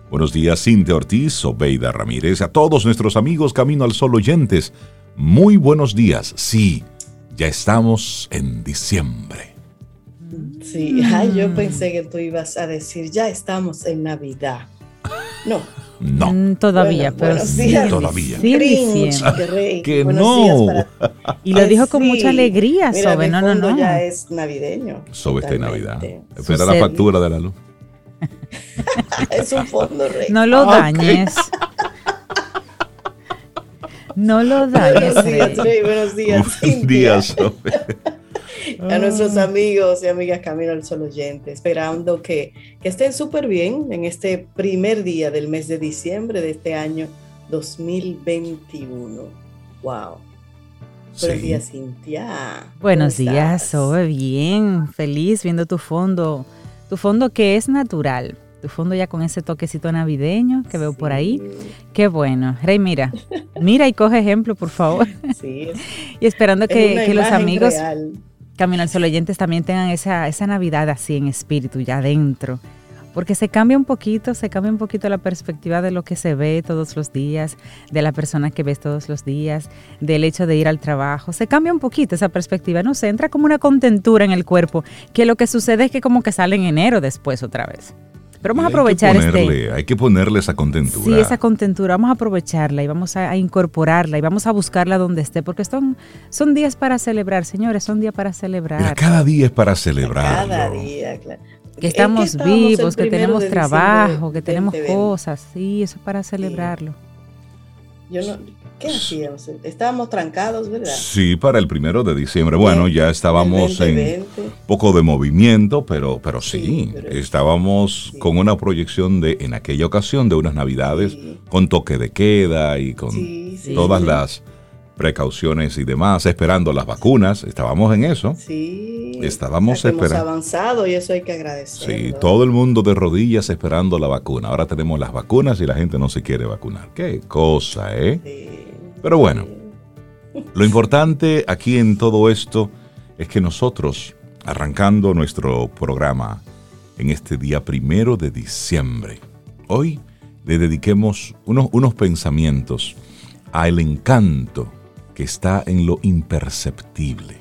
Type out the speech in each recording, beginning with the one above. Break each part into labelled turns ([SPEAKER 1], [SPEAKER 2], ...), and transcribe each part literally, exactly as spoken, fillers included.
[SPEAKER 1] Buenos días, Cintia Ortiz, Obeida Ramírez, a todos nuestros amigos Camino al Sol oyentes. Muy buenos días. Sí, ya estamos en diciembre.
[SPEAKER 2] Sí, ay, yo pensé que tú ibas a decir, ya estamos en Navidad. No.
[SPEAKER 1] No.
[SPEAKER 3] Mm, todavía,
[SPEAKER 2] Bueno,
[SPEAKER 3] pero
[SPEAKER 2] buenos
[SPEAKER 3] sí,
[SPEAKER 2] días.
[SPEAKER 1] Todavía.
[SPEAKER 3] sí, en
[SPEAKER 2] Cringe,
[SPEAKER 3] diciembre.
[SPEAKER 2] que rey.
[SPEAKER 1] Que
[SPEAKER 2] Buenos
[SPEAKER 1] no.
[SPEAKER 2] días para-
[SPEAKER 3] Y lo dijo con
[SPEAKER 2] Sí.
[SPEAKER 3] mucha alegría,
[SPEAKER 2] Mira,
[SPEAKER 3] Sobe.
[SPEAKER 2] mi
[SPEAKER 3] No, no,
[SPEAKER 2] fondo
[SPEAKER 3] no.
[SPEAKER 2] ya es navideño.
[SPEAKER 1] Sobre esta
[SPEAKER 2] totalmente.
[SPEAKER 1] Navidad. Espera la
[SPEAKER 3] Sucede.
[SPEAKER 1] factura de la luz.
[SPEAKER 2] Es un fondo rey.
[SPEAKER 3] No lo
[SPEAKER 1] Ah, ok.
[SPEAKER 3] dañes. No lo dañes,
[SPEAKER 2] Buenos días,
[SPEAKER 3] Rey.
[SPEAKER 2] Rey. Buenos días,
[SPEAKER 1] Buenos
[SPEAKER 2] Cintia.
[SPEAKER 1] días, Sobe.
[SPEAKER 2] A nuestros amigos y amigas Camino al Sol oyentes, esperando que, que estén súper bien en este primer día del mes de diciembre de este año dos mil veintiuno. Wow. Buenos
[SPEAKER 1] Sí.
[SPEAKER 2] días, Cintia.
[SPEAKER 3] Buenos
[SPEAKER 2] ¿Cómo
[SPEAKER 3] días,
[SPEAKER 2] estás?
[SPEAKER 3] Sobe. Bien, feliz viendo tu fondo. Tu fondo que es natural. Tu fondo ya con ese toquecito navideño que veo por ahí. Qué bueno. Rey, mira. Mira y coge ejemplo, por favor.
[SPEAKER 2] Sí, es,
[SPEAKER 3] Y esperando
[SPEAKER 2] es
[SPEAKER 3] que,
[SPEAKER 2] una
[SPEAKER 3] que los
[SPEAKER 2] imagen
[SPEAKER 3] amigos
[SPEAKER 2] real.
[SPEAKER 3] Camino al Sol oyentes también tengan esa, esa Navidad así en espíritu, ya adentro. Porque se cambia un poquito, se cambia un poquito la perspectiva de lo que se ve todos los días, de la persona que ves todos los días, del hecho de ir al trabajo. Se cambia un poquito esa perspectiva, no sé, entra como una contentura en el cuerpo, que lo que sucede es que como que sale en enero después otra vez. Pero vamos a aprovechar
[SPEAKER 1] hay que ponerle,
[SPEAKER 3] este...
[SPEAKER 1] Hay que ponerle esa contentura.
[SPEAKER 3] Sí, esa contentura, vamos a aprovecharla y vamos a, a incorporarla y vamos a buscarla donde esté, porque son, son días para celebrar, señores, son días para celebrar.
[SPEAKER 1] Mira, cada día es para celebrarlo.
[SPEAKER 2] Cada día, claro.
[SPEAKER 3] Que estamos
[SPEAKER 2] Es que estábamos
[SPEAKER 3] vivos,
[SPEAKER 2] el
[SPEAKER 3] que
[SPEAKER 2] primero
[SPEAKER 3] tenemos
[SPEAKER 2] de diciembre
[SPEAKER 3] trabajo, que
[SPEAKER 2] del
[SPEAKER 3] tenemos
[SPEAKER 2] veinte veinte.
[SPEAKER 3] cosas, sí, eso es para celebrarlo.
[SPEAKER 2] Yo no, ¿qué hacíamos? Estábamos trancados, ¿verdad?
[SPEAKER 1] Sí, para el primero de diciembre. Bueno, ya estábamos
[SPEAKER 2] El
[SPEAKER 1] en
[SPEAKER 2] veinte veinte.
[SPEAKER 1] poco de movimiento, pero, pero sí,
[SPEAKER 2] Sí, pero-
[SPEAKER 1] estábamos
[SPEAKER 2] sí.
[SPEAKER 1] con una proyección de, en aquella ocasión, de unas navidades
[SPEAKER 2] Sí.
[SPEAKER 1] con toque de queda y con
[SPEAKER 2] Sí, sí,
[SPEAKER 1] todas
[SPEAKER 2] sí.
[SPEAKER 1] las precauciones y demás, esperando las vacunas. Estábamos en eso.
[SPEAKER 2] Sí,
[SPEAKER 1] Estábamos
[SPEAKER 2] o sea, que hemos
[SPEAKER 1] esperando.
[SPEAKER 2] avanzado y eso hay que agradecerlo.
[SPEAKER 1] Sí, todo el mundo de rodillas esperando la vacuna. Ahora tenemos las vacunas y la gente no se quiere vacunar. Qué cosa, ¿eh?
[SPEAKER 2] Sí,
[SPEAKER 1] Pero bueno,
[SPEAKER 2] sí.
[SPEAKER 1] lo importante aquí en todo esto es que nosotros, arrancando nuestro programa en este día primero de diciembre, hoy le dediquemos unos, unos pensamientos al encanto que está en lo imperceptible.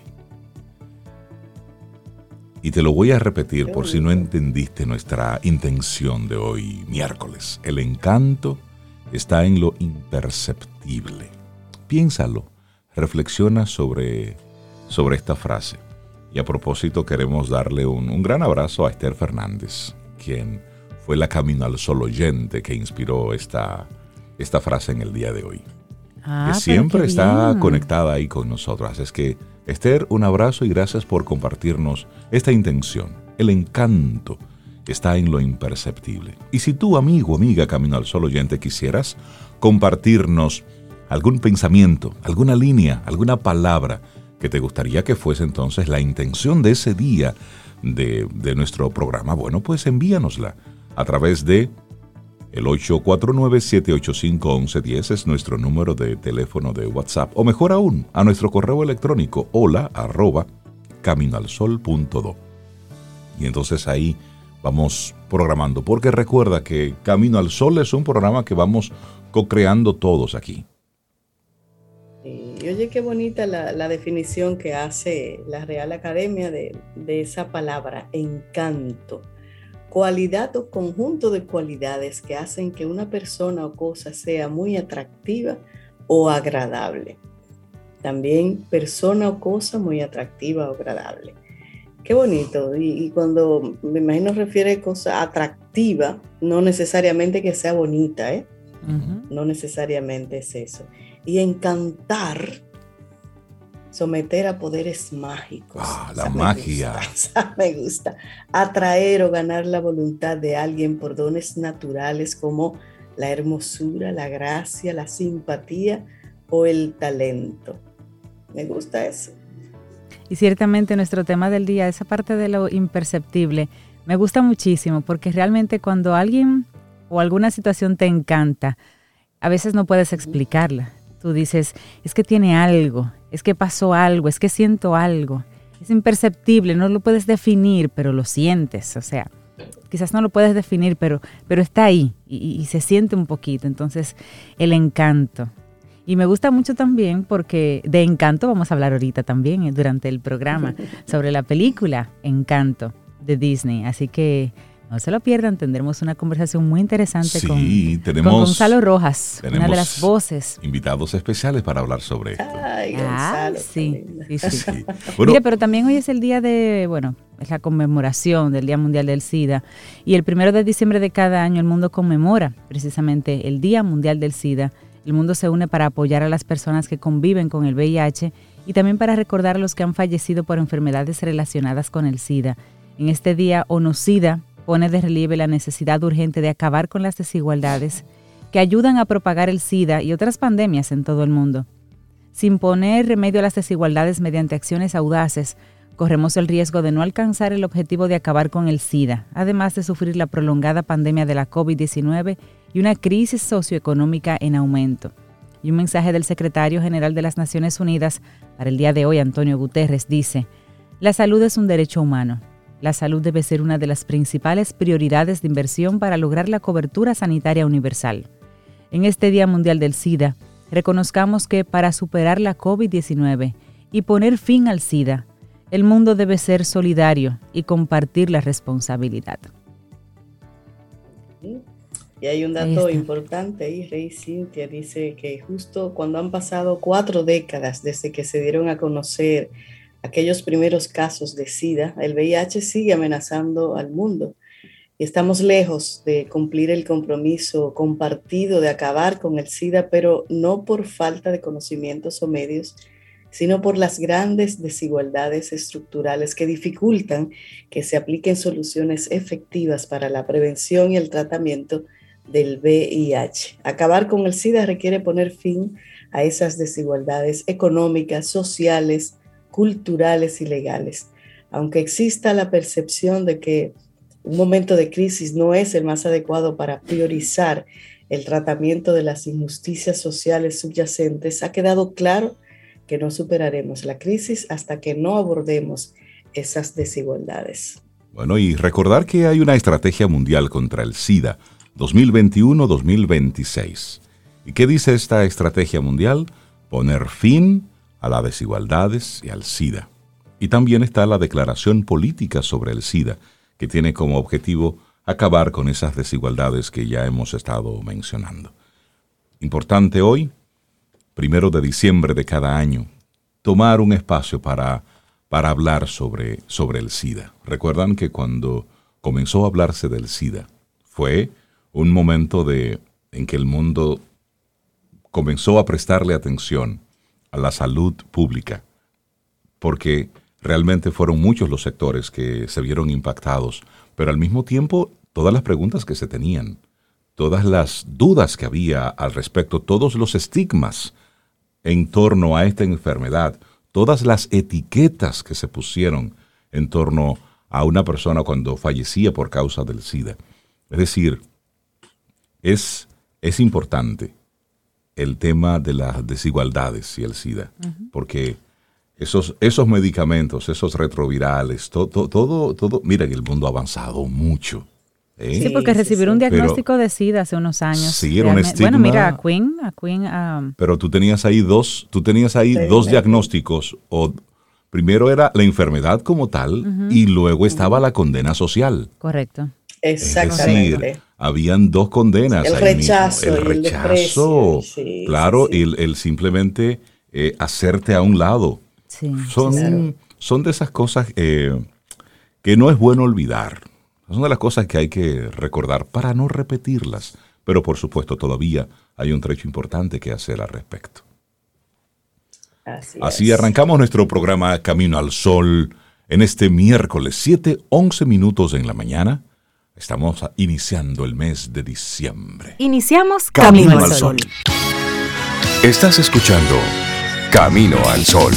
[SPEAKER 1] Y te lo voy a repetir
[SPEAKER 2] Qué
[SPEAKER 1] por si no
[SPEAKER 2] bonito.
[SPEAKER 1] entendiste nuestra intención de hoy miércoles. El encanto está en lo imperceptible. Piénsalo, reflexiona sobre, sobre esta frase. Y a propósito queremos darle un, un gran abrazo a Esther Fernández, quien fue la Camino al Sol oyente que inspiró esta, esta frase en el día de hoy.
[SPEAKER 3] Ah,
[SPEAKER 1] que
[SPEAKER 3] pero
[SPEAKER 1] siempre
[SPEAKER 3] qué
[SPEAKER 1] está
[SPEAKER 3] bien.
[SPEAKER 1] conectada ahí con nosotros. Así es que, Esther, un abrazo y gracias por compartirnos esta intención. El encanto está en lo imperceptible. Y si tú, amigo, amiga, Camino al Sol oyente, quisieras compartirnos algún pensamiento, alguna línea, alguna palabra que te gustaría que fuese entonces la intención de ese día de, de nuestro programa, bueno, pues envíanosla a través de el ocho cuatro nueve, siete ocho cinco, uno uno uno cero es nuestro número de teléfono de WhatsApp. O mejor aún, a nuestro correo electrónico hola arroba caminoalsol punto do. Y entonces ahí vamos programando. Porque recuerda que Camino al Sol es un programa que vamos co-creando todos aquí.
[SPEAKER 2] Y oye, qué bonita la, la definición que hace la Real Academia de, de esa palabra, encanto. Cualidad o conjunto de cualidades que hacen que una persona o cosa sea muy atractiva o agradable. También persona o cosa muy atractiva o agradable. Qué bonito. Y, y cuando me imagino refiere a cosa atractiva, no necesariamente que sea bonita, ¿eh?
[SPEAKER 3] Ujú.
[SPEAKER 2] No necesariamente es eso. Y encantar, someter a poderes mágicos.
[SPEAKER 1] Ah, la
[SPEAKER 2] Esa me
[SPEAKER 1] magia.
[SPEAKER 2] gusta, esa me gusta. Atraer o ganar la voluntad de alguien por dones naturales como la hermosura, la gracia, la simpatía o el talento. Me gusta eso.
[SPEAKER 3] Y ciertamente nuestro tema del día, esa parte de lo imperceptible, me gusta muchísimo porque realmente cuando alguien o alguna situación te encanta, a veces no puedes explicarla. Tú dices, es que tiene algo, es que pasó algo, es que siento algo. Es imperceptible, no lo puedes definir, pero lo sientes. O sea, quizás no lo puedes definir, pero, pero está ahí y, y se siente un poquito. Entonces, el encanto. Y me gusta mucho también porque de Encanto vamos a hablar ahorita también eh, durante el programa sobre la película Encanto de Disney. Así que no se lo pierdan, tendremos una conversación muy interesante
[SPEAKER 1] sí,
[SPEAKER 3] con,
[SPEAKER 1] tenemos,
[SPEAKER 3] con Gonzalo Rojas,
[SPEAKER 1] una
[SPEAKER 3] de las voces.
[SPEAKER 1] Invitados especiales para hablar sobre esto.
[SPEAKER 2] Ay, Gonzalo.
[SPEAKER 3] Ah, sí, sí, sí.
[SPEAKER 1] sí. Bueno,
[SPEAKER 3] mire, pero también hoy es el día de, bueno, es la conmemoración del Día Mundial del SIDA. Y el primero de diciembre de cada año el mundo conmemora precisamente el Día Mundial del SIDA. El mundo se une para apoyar a las personas que conviven con el V I H y también para recordar a los que han fallecido por enfermedades relacionadas con el SIDA. En este día, ONU-SIDA pone de relieve la necesidad urgente de acabar con las desigualdades que ayudan a propagar el SIDA y otras pandemias en todo el mundo. Sin poner remedio a las desigualdades mediante acciones audaces, corremos el riesgo de no alcanzar el objetivo de acabar con el SIDA, además de sufrir la prolongada pandemia de la COVID diecinueve y una crisis socioeconómica en aumento. Y un mensaje del secretario general de las Naciones Unidas para el día de hoy, Antonio Guterres, dice: la salud es un derecho humano. La salud debe ser una de las principales prioridades de inversión para lograr la cobertura sanitaria universal. En este Día Mundial del SIDA, reconozcamos que para superar la COVID diecinueve y poner fin al SIDA, el mundo debe ser solidario y compartir la responsabilidad.
[SPEAKER 2] Y hay un dato ahí importante ahí, Rey Cintia, dice que justo cuando han pasado cuatro décadas desde que se dieron a conocer aquellos primeros casos de SIDA, el V I H sigue amenazando al mundo y estamos lejos de cumplir el compromiso compartido de acabar con el SIDA, pero no por falta de conocimientos o medios, sino por las grandes desigualdades estructurales que dificultan que se apliquen soluciones efectivas para la prevención y el tratamiento del V I H. Acabar con el SIDA requiere poner fin a esas desigualdades económicas, sociales, culturales y legales. Aunque exista la percepción de que un momento de crisis no es el más adecuado para priorizar el tratamiento de las injusticias sociales subyacentes, ha quedado claro que no superaremos la crisis hasta que no abordemos esas desigualdades.
[SPEAKER 1] Bueno, y recordar que hay una estrategia mundial contra el SIDA dos mil veintiuno a dos mil veintiséis. ¿Y qué dice esta estrategia mundial? Poner fin a las desigualdades y al SIDA. Y también está la Declaración Política sobre el SIDA, que tiene como objetivo acabar con esas desigualdades que ya hemos estado mencionando. Importante hoy, primero de diciembre de cada año, tomar un espacio para, para hablar sobre, sobre el SIDA. Recuerdan que cuando comenzó a hablarse del SIDA, fue un momento de, en que el mundo comenzó a prestarle atención a la salud pública, porque realmente fueron muchos los sectores que se vieron impactados, pero al mismo tiempo todas las preguntas que se tenían, todas las dudas que había al respecto, todos los estigmas en torno a esta enfermedad, todas las etiquetas que se pusieron en torno a una persona cuando fallecía por causa del SIDA. Es decir, es, es importante el tema de las desigualdades y el SIDA, uh-huh. porque esos, esos medicamentos, esos retrovirales, todo, todo, todo, todo, mira que el mundo ha avanzado mucho. ¿eh?
[SPEAKER 3] Sí, porque recibir un diagnóstico pero, de SIDA hace unos años.
[SPEAKER 1] Sí, era un estigma.
[SPEAKER 3] Bueno, mira, a Queen, a Queen. Um,
[SPEAKER 1] pero tú tenías ahí dos, tú tenías ahí sí, dos sí. diagnósticos. O primero era la enfermedad como tal, uh-huh. y luego estaba uh-huh. la condena social.
[SPEAKER 3] Correcto.
[SPEAKER 2] Exactamente.
[SPEAKER 1] Es decir, habían dos condenas.
[SPEAKER 2] El rechazo.
[SPEAKER 1] El rechazo. El sí, claro, sí, sí. El, el simplemente eh, hacerte a un lado.
[SPEAKER 3] Sí,
[SPEAKER 1] son,
[SPEAKER 3] claro.
[SPEAKER 1] son de esas cosas eh, que no es bueno olvidar. Son de las cosas que hay que recordar para no repetirlas. Pero por supuesto todavía hay un trecho importante que hacer al respecto.
[SPEAKER 2] Así,
[SPEAKER 1] Así arrancamos nuestro programa Camino al Sol en este miércoles, siete once minutos en la mañana. Estamos iniciando el mes de diciembre.
[SPEAKER 4] Iniciamos Camino, Camino al Sol. Sol.
[SPEAKER 5] Estás escuchando Camino al Sol.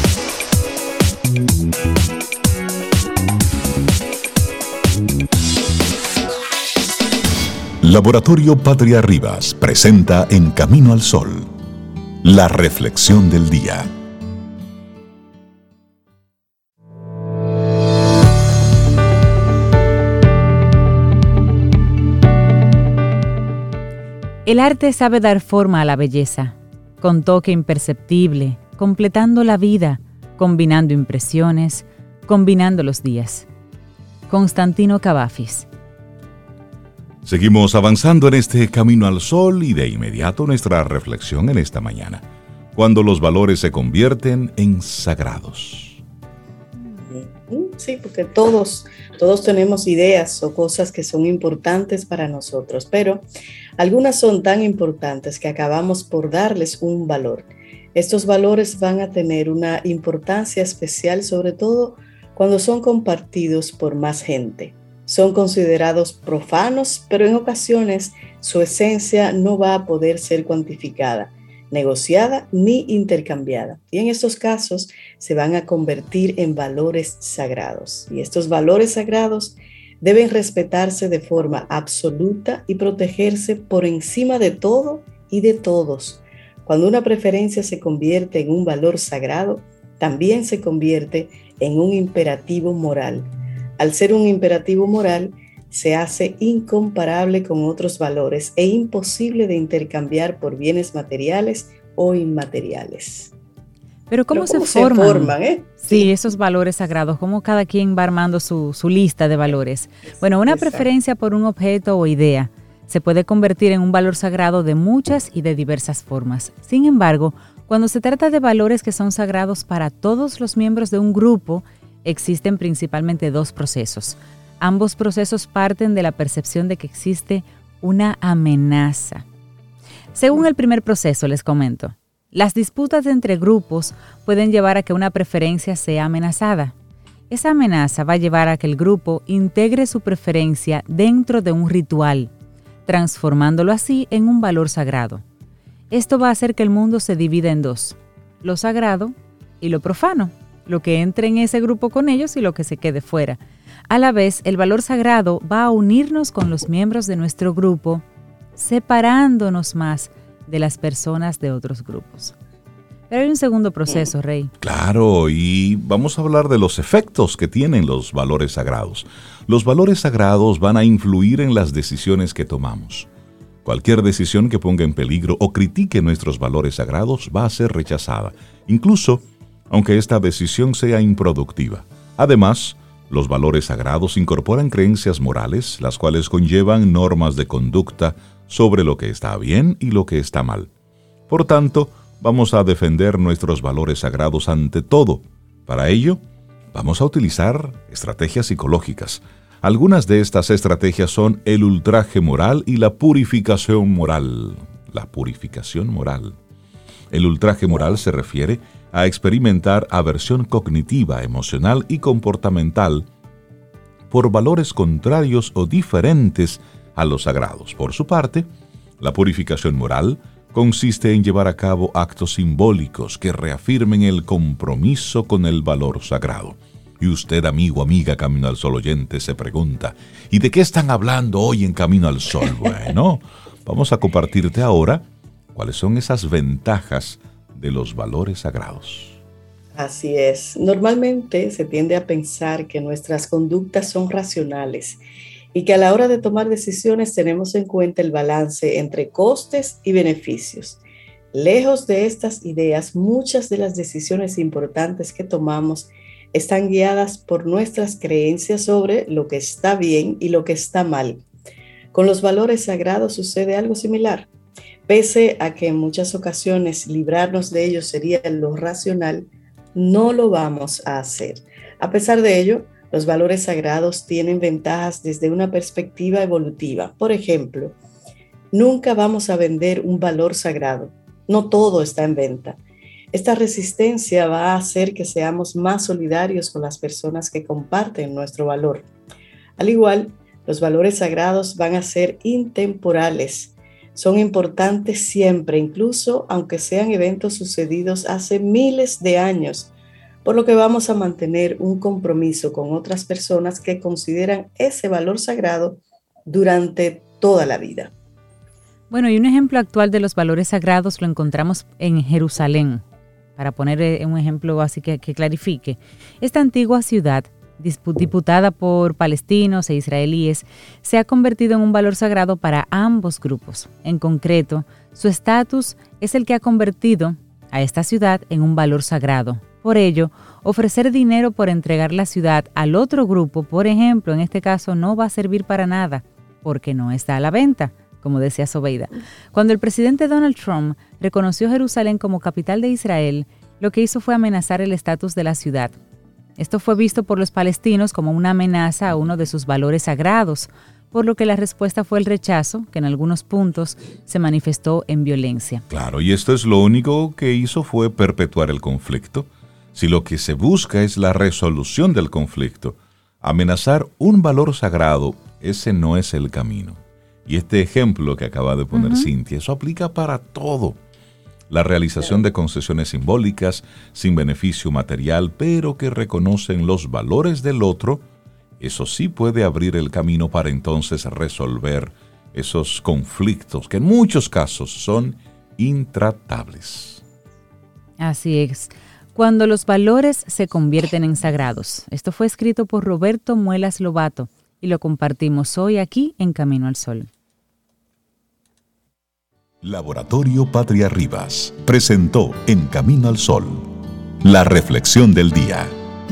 [SPEAKER 5] Laboratorio Patria Rivas presenta en Camino al Sol la reflexión del día.
[SPEAKER 3] El arte sabe dar forma a la belleza, con toque imperceptible, completando la vida, combinando impresiones, combinando los días. Constantino Cavafis.
[SPEAKER 1] Seguimos avanzando en este camino al sol y de inmediato nuestra reflexión en esta mañana. Cuando los valores se convierten en sagrados.
[SPEAKER 2] Sí, porque todos, todos tenemos ideas o cosas que son importantes para nosotros, pero algunas son tan importantes que acabamos por darles un valor. Estos valores van a tener una importancia especial, sobre todo cuando son compartidos por más gente. Son considerados profanos, pero en ocasiones su esencia no va a poder ser cuantificada, negociada ni intercambiada. Y en estos casos se van a convertir en valores sagrados. Y estos valores sagrados deben respetarse de forma absoluta y protegerse por encima de todo y de todos. Cuando una preferencia se convierte en un valor sagrado, también se convierte en un imperativo moral. Al ser un imperativo moral, se hace incomparable con otros valores e imposible de intercambiar por bienes materiales o inmateriales.
[SPEAKER 3] Pero ¿cómo, Pero ¿cómo se, forman? se forman? ¿eh? Sí, esos valores sagrados, ¿cómo cada quien va armando su, su lista de valores? Bueno, una Exacto. preferencia por un objeto o idea se puede convertir en un valor sagrado de muchas y de diversas formas. Sin embargo, cuando se trata de valores que son sagrados para todos los miembros de un grupo, existen principalmente dos procesos. Ambos procesos parten de la percepción de que existe una amenaza. Según el primer proceso, les comento, las disputas entre grupos pueden llevar a que una preferencia sea amenazada. Esa amenaza va a llevar a que el grupo integre su preferencia dentro de un ritual, transformándolo así en un valor sagrado. Esto va a hacer que el mundo se divida en dos, lo sagrado y lo profano, lo que entre en ese grupo con ellos y lo que se quede fuera. A la vez, el valor sagrado va a unirnos con los miembros de nuestro grupo, separándonos más de las personas de otros grupos. Pero hay un segundo proceso, Rey.
[SPEAKER 1] Claro, y vamos a hablar de los efectos que tienen los valores sagrados. Los valores sagrados van a influir en las decisiones que tomamos. Cualquier decisión que ponga en peligro o critique nuestros valores sagrados va a ser rechazada, incluso aunque esta decisión sea improductiva. Además, los valores sagrados incorporan creencias morales, las cuales conllevan normas de conducta sobre lo que está bien y lo que está mal. Por tanto, vamos a defender nuestros valores sagrados ante todo. Para ello, vamos a utilizar estrategias psicológicas. Algunas de estas estrategias son el ultraje moral y la purificación moral. La purificación moral. El ultraje moral se refiere a experimentar aversión cognitiva, emocional y comportamental por valores contrarios o diferentes a los sagrados. Por su parte, la purificación moral consiste en llevar a cabo actos simbólicos que reafirmen el compromiso con el valor sagrado. Y usted, amigo, amiga, Camino al Sol oyente, se pregunta, ¿y de qué están hablando hoy en Camino al Sol? Bueno, vamos a compartirte ahora cuáles son esas ventajas de los valores sagrados.
[SPEAKER 2] Así es. Normalmente se tiende a pensar que nuestras conductas son racionales y que a la hora de tomar decisiones tenemos en cuenta el balance entre costes y beneficios. Lejos de estas ideas, muchas de las decisiones importantes que tomamos están guiadas por nuestras creencias sobre lo que está bien y lo que está mal. Con los valores sagrados sucede algo similar. Pese a que en muchas ocasiones librarnos de ellos sería lo racional, no lo vamos a hacer. A pesar de ello, los valores sagrados tienen ventajas desde una perspectiva evolutiva. Por ejemplo, nunca vamos a vender un valor sagrado. No todo está en venta. Esta resistencia va a hacer que seamos más solidarios con las personas que comparten nuestro valor. Al igual, los valores sagrados van a ser intemporales. Son importantes siempre, incluso aunque sean eventos sucedidos hace miles de años, por lo que vamos a mantener un compromiso con otras personas que consideran ese valor sagrado durante toda la vida.
[SPEAKER 3] Bueno, y un ejemplo actual de los valores sagrados lo encontramos en Jerusalén, para poner un ejemplo así que, que clarifique. Esta antigua ciudad disputada por palestinos e israelíes, se ha convertido en un valor sagrado para ambos grupos. En concreto, su estatus es el que ha convertido a esta ciudad en un valor sagrado. Por ello, ofrecer dinero por entregar la ciudad al otro grupo, por ejemplo, en este caso, no va a servir para nada, porque no está a la venta, como decía Sobeida. Cuando el presidente Donald Trump reconoció Jerusalén como capital de Israel, lo que hizo fue amenazar el estatus de la ciudad. Esto fue visto por los palestinos como una amenaza a uno de sus valores sagrados, por lo que la respuesta fue el rechazo, que en algunos puntos se manifestó en violencia.
[SPEAKER 1] Claro, y esto es lo único que hizo fue perpetuar el conflicto. Si lo que se busca es la resolución del conflicto, amenazar un valor sagrado, ese no es el camino. Y este ejemplo que acaba de poner uh-huh. Cintia, eso aplica para todo. La realización de concesiones simbólicas sin beneficio material, pero que reconocen los valores del otro, eso sí puede abrir el camino para entonces resolver esos conflictos que en muchos casos son intratables.
[SPEAKER 3] Así es. Cuando los valores se convierten en sagrados. Esto fue escrito por Roberto Muelas Lobato y lo compartimos hoy aquí en Camino al Sol.
[SPEAKER 5] Laboratorio Patria Rivas presentó En Camino al Sol, la reflexión del día.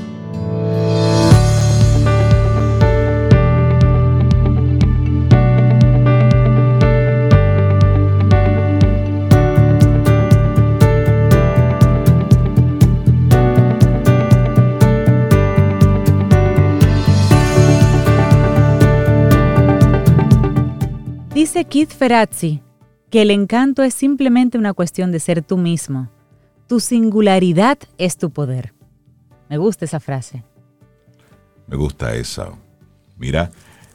[SPEAKER 3] Dice Keith Ferrazzi que el encanto es simplemente una cuestión de ser tú mismo. Tu singularidad es tu poder. Me gusta esa frase.
[SPEAKER 1] Me gusta esa. Mira,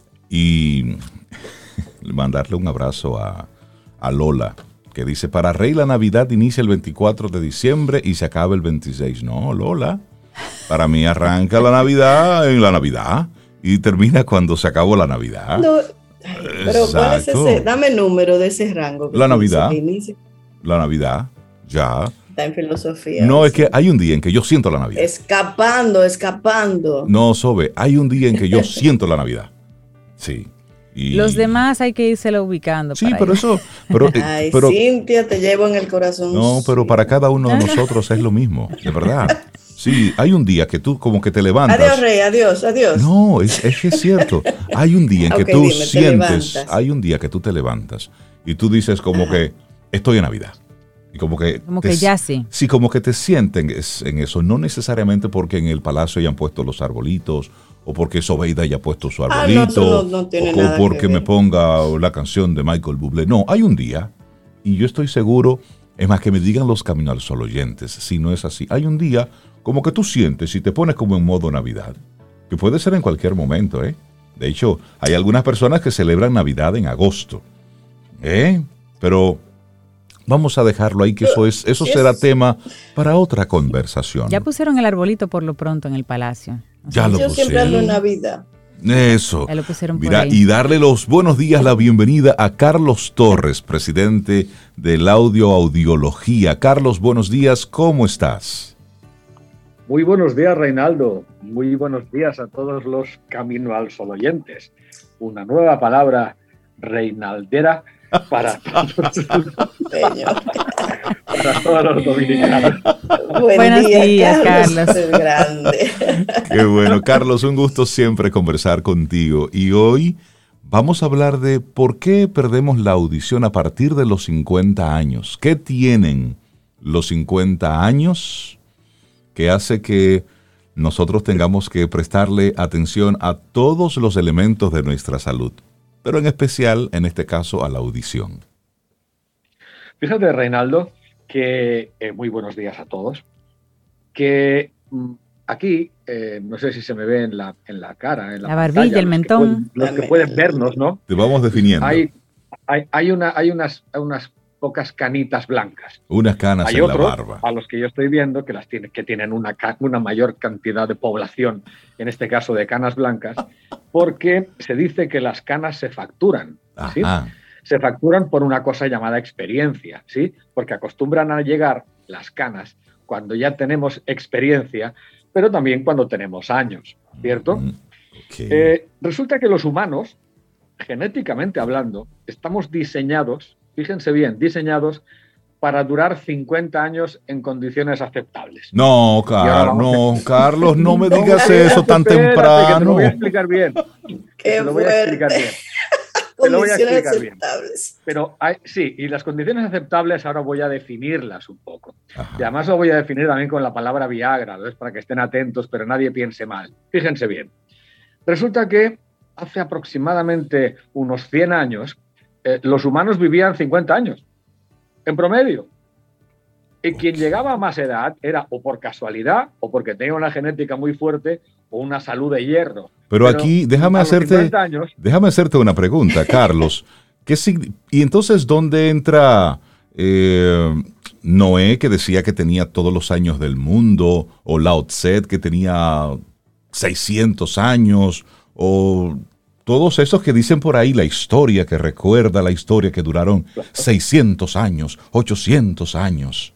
[SPEAKER 1] y mandarle un abrazo a, a Lola, que dice, para Rey la Navidad inicia el veinticuatro de diciembre y se acaba el veintiséis. No, Lola, para mí arranca la Navidad en la Navidad y termina cuando se acabó la Navidad.
[SPEAKER 2] No. Ay, pero ¿cuál es ese? Dame el número de ese rango.
[SPEAKER 1] La Navidad. La Navidad, ya.
[SPEAKER 2] Está en filosofía.
[SPEAKER 1] No, sí. Es que hay un día en que yo siento la Navidad.
[SPEAKER 2] Escapando, escapando.
[SPEAKER 1] No, Sobe, hay un día en que yo siento la Navidad. Sí. Y...
[SPEAKER 3] Los demás hay que írselo ubicando.
[SPEAKER 1] Sí, pero eso... Pero,
[SPEAKER 2] Ay,
[SPEAKER 1] pero,
[SPEAKER 2] Cintia, te llevo en el corazón.
[SPEAKER 1] No, pero sí. Para cada uno de nosotros es lo mismo, de verdad. Sí, hay un día que tú como que te levantas.
[SPEAKER 2] Adiós, Rey, adiós, adiós.
[SPEAKER 1] No, es, es que es cierto. Hay un día en que okay, tú dime, sientes, hay un día que tú te levantas y tú dices como Ajá. que estoy en Navidad. Y como que,
[SPEAKER 3] como
[SPEAKER 1] te,
[SPEAKER 3] que ya sí.
[SPEAKER 1] Sí, como que te sienten en eso. No necesariamente porque en el palacio hayan puesto los arbolitos o porque Sobeida haya puesto su arbolito
[SPEAKER 2] ah, no, no, no tiene
[SPEAKER 1] o
[SPEAKER 2] nada
[SPEAKER 1] porque
[SPEAKER 2] que
[SPEAKER 1] me ponga la canción de Michael Bublé. No, hay un día y yo estoy seguro, es más que me digan los Camino al Sol oyentes, si no es así. Hay un día como que tú sientes y te pones como en modo Navidad, que puede ser en cualquier momento, ¿eh? De hecho, hay algunas personas que celebran Navidad en agosto, ¿eh? Pero vamos a dejarlo ahí, que eso es, eso será tema para otra conversación.
[SPEAKER 3] Ya pusieron el arbolito por lo pronto en el palacio.
[SPEAKER 1] O sea, ya lo
[SPEAKER 2] yo
[SPEAKER 1] pusieron.
[SPEAKER 2] Siempre ando en Navidad.
[SPEAKER 1] Eso.
[SPEAKER 3] Ya lo pusieron
[SPEAKER 1] Mira,
[SPEAKER 3] por ahí.
[SPEAKER 1] Y darle los buenos días, la bienvenida a Carlos Torres, presidente del Audio Audiología. Carlos, buenos días, ¿cómo estás?
[SPEAKER 6] Muy buenos días, Reinaldo. Muy buenos días a todos los Camino al Sol oyentes. Una nueva palabra reinaldera para todos los, para todos los dominicanos.
[SPEAKER 2] Buen
[SPEAKER 3] Buenos
[SPEAKER 2] día,
[SPEAKER 3] días,
[SPEAKER 2] Carlos.
[SPEAKER 3] Carlos.
[SPEAKER 2] Es grande.
[SPEAKER 1] Qué bueno, Carlos, un gusto siempre conversar contigo. Y hoy vamos a hablar de por qué perdemos la audición a partir de los cincuenta años. ¿Qué tienen los cincuenta años que hace que nosotros tengamos que prestarle atención a todos los elementos de nuestra salud, pero en especial, en este caso, a la audición?
[SPEAKER 6] Fíjate, Reinaldo, que eh, muy buenos días a todos, que mm, aquí, eh, no sé si se me ve en la, en la cara, en la,
[SPEAKER 3] la barbilla, pantalla, el mentón.
[SPEAKER 6] Los que, pueden, los que pueden vernos, ¿no?
[SPEAKER 1] Te vamos definiendo.
[SPEAKER 6] Hay, hay, hay, una, hay unas, unas pocas canitas blancas.
[SPEAKER 1] Unas canas
[SPEAKER 6] hay
[SPEAKER 1] en
[SPEAKER 6] otros,
[SPEAKER 1] la barba.
[SPEAKER 6] A los que yo estoy viendo que las tiene, que tienen una, una mayor cantidad de población, en este caso de canas blancas, porque se dice que las canas se facturan. ¿Sí? Se facturan por una cosa llamada experiencia, ¿sí? Porque acostumbran a llegar las canas cuando ya tenemos experiencia, pero también cuando tenemos años, ¿cierto? Okay. Eh, resulta que los humanos, genéticamente hablando, estamos diseñados, fíjense bien, diseñados para durar cincuenta años en condiciones aceptables.
[SPEAKER 1] No, Car no, a... Carlos, no me digas no, eso tan espérate, temprano.
[SPEAKER 6] Que te lo voy a explicar bien.
[SPEAKER 2] Qué
[SPEAKER 6] te lo voy a explicar bien. Te lo voy a explicar aceptables. Bien. Pero hay, sí, y las condiciones aceptables ahora voy a definirlas un poco. Ajá. Y además lo voy a definir también con la palabra Viagra, ¿ves? Para que estén atentos, pero nadie piense mal. Fíjense bien. Resulta que hace aproximadamente unos cien años, eh, los humanos vivían cincuenta años, en promedio. Y quien llegaba a más edad era o por casualidad, o porque tenía una genética muy fuerte, o una salud de hierro.
[SPEAKER 1] Pero, Pero aquí, déjame hacerte, años, déjame hacerte una pregunta, Carlos. ¿Qué, y entonces, ¿dónde entra eh, Noé, que decía que tenía todos los años del mundo, o Lao Tse, que tenía seiscientos años, o todos esos que dicen por ahí la historia, que recuerda la historia, que duraron seiscientos años, ochocientos años?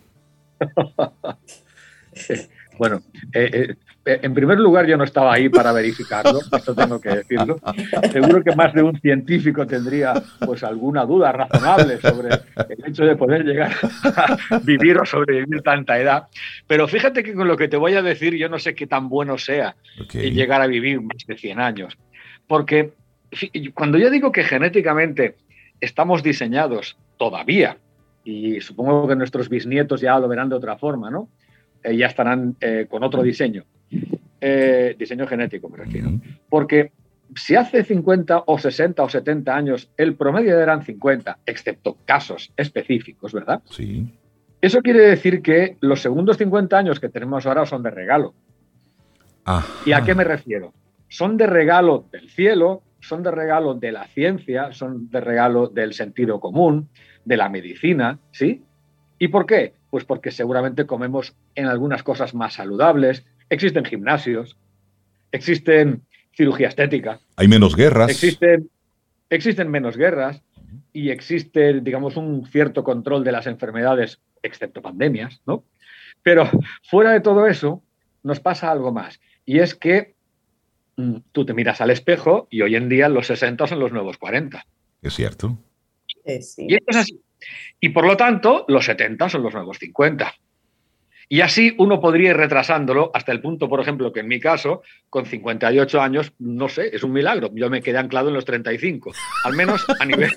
[SPEAKER 6] Bueno, eh, eh, en primer lugar yo no estaba ahí para verificarlo, esto tengo que decirlo. Seguro que más de un científico tendría pues alguna duda razonable sobre el hecho de poder llegar a vivir o sobrevivir tanta edad. Pero fíjate que con lo que te voy a decir yo no sé qué tan bueno sea okay. llegar a vivir más de cien años. Porque cuando yo digo que genéticamente estamos diseñados todavía, y supongo que nuestros bisnietos ya lo verán de otra forma, ¿no? Eh, ya estarán eh, con otro diseño, eh, diseño genético me refiero, porque si hace cincuenta o sesenta o setenta años el promedio eran cincuenta, excepto casos específicos, ¿verdad?
[SPEAKER 1] Sí.
[SPEAKER 6] Eso quiere decir que los segundos cincuenta años que tenemos ahora son de regalo. Ajá. ¿Y a qué me refiero? Son de regalo del cielo, son de regalo de la ciencia, son de regalo del sentido común, de la medicina, ¿sí? ¿Y por qué? Pues porque seguramente comemos en algunas cosas más saludables, existen gimnasios, existen cirugía estética.
[SPEAKER 1] Hay menos guerras.
[SPEAKER 6] Existen, existen menos guerras y existe, digamos, un cierto control de las enfermedades, excepto pandemias, ¿no? Pero fuera de todo eso, nos pasa algo más. Y es que mmm, tú te miras al espejo y hoy en día los sesenta son los nuevos cuarenta.
[SPEAKER 1] Es cierto.
[SPEAKER 2] Eh, sí.
[SPEAKER 6] Y esto es así. Y por lo tanto, los setenta son los nuevos cincuenta. Y así uno podría ir retrasándolo hasta el punto, por ejemplo, que en mi caso, con cincuenta y ocho años, no sé, es un milagro. Yo me quedé anclado en los treinta y cinco. Al menos a nivel,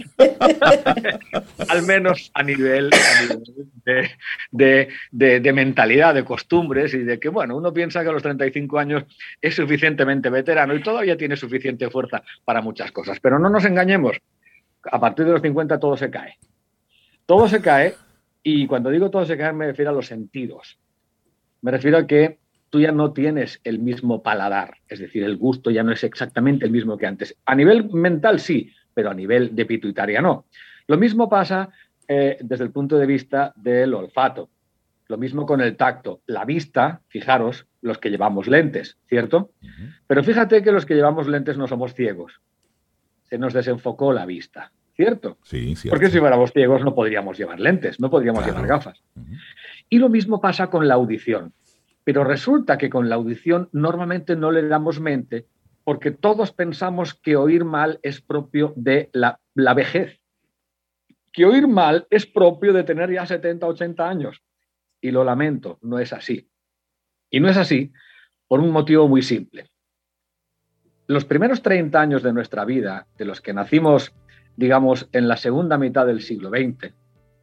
[SPEAKER 6] al menos a nivel, a nivel de, de, de, de mentalidad, de costumbres y de que, bueno, uno piensa que a los treinta y cinco años es suficientemente veterano y todavía tiene suficiente fuerza para muchas cosas. Pero no nos engañemos. A partir de los cincuenta todo se cae. Todo se cae, y cuando digo todo se cae me refiero a los sentidos. Me refiero a que tú ya no tienes el mismo paladar, es decir, el gusto ya no es exactamente el mismo que antes. A nivel mental sí, pero a nivel de pituitaria no. Lo mismo pasa eh, desde el punto de vista del olfato. Lo mismo con el tacto. La vista, fijaros, los que llevamos lentes, ¿cierto? Uh-huh. Pero fíjate que los que llevamos lentes no somos ciegos. Se nos desenfocó la vista, ¿cierto?
[SPEAKER 1] Sí, cierto.
[SPEAKER 6] Porque si fuéramos ciegos no podríamos llevar lentes, no podríamos claro. llevar gafas. Uh-huh. Y lo mismo pasa con la audición. Pero resulta que con la audición normalmente no le damos mente porque todos pensamos que oír mal es propio de la, la vejez. Que oír mal es propio de tener ya setenta, ochenta años. Y lo lamento, no es así. Y no es así por un motivo muy simple. Los primeros treinta años de nuestra vida, de los que nacimos, digamos, en la segunda mitad del siglo veinte,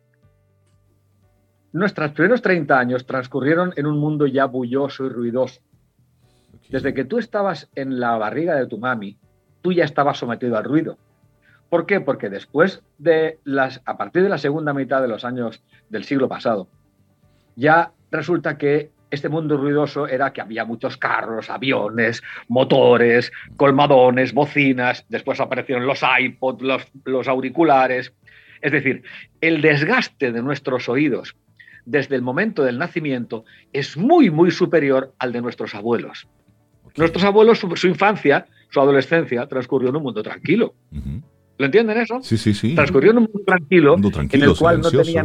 [SPEAKER 6] nuestros primeros treinta años transcurrieron en un mundo ya bulloso y ruidoso. Desde que tú estabas en la barriga de tu mami, tú ya estabas sometido al ruido. ¿Por qué? Porque después de las, a partir de la segunda mitad de los años del siglo pasado, ya resulta que este mundo ruidoso era que había muchos carros, aviones, motores, colmadones, bocinas, después aparecieron los iPods, los, los auriculares. Es decir, el desgaste de nuestros oídos desde el momento del nacimiento es muy, muy superior al de nuestros abuelos. Okay. Nuestros abuelos, su, su infancia, su adolescencia, transcurrió en un mundo tranquilo. Uh-huh. ¿Lo entienden eso?
[SPEAKER 1] Sí, sí, sí.
[SPEAKER 6] Transcurrió en un mundo tranquilo, mundo tranquilo en el cual silencioso. no tenían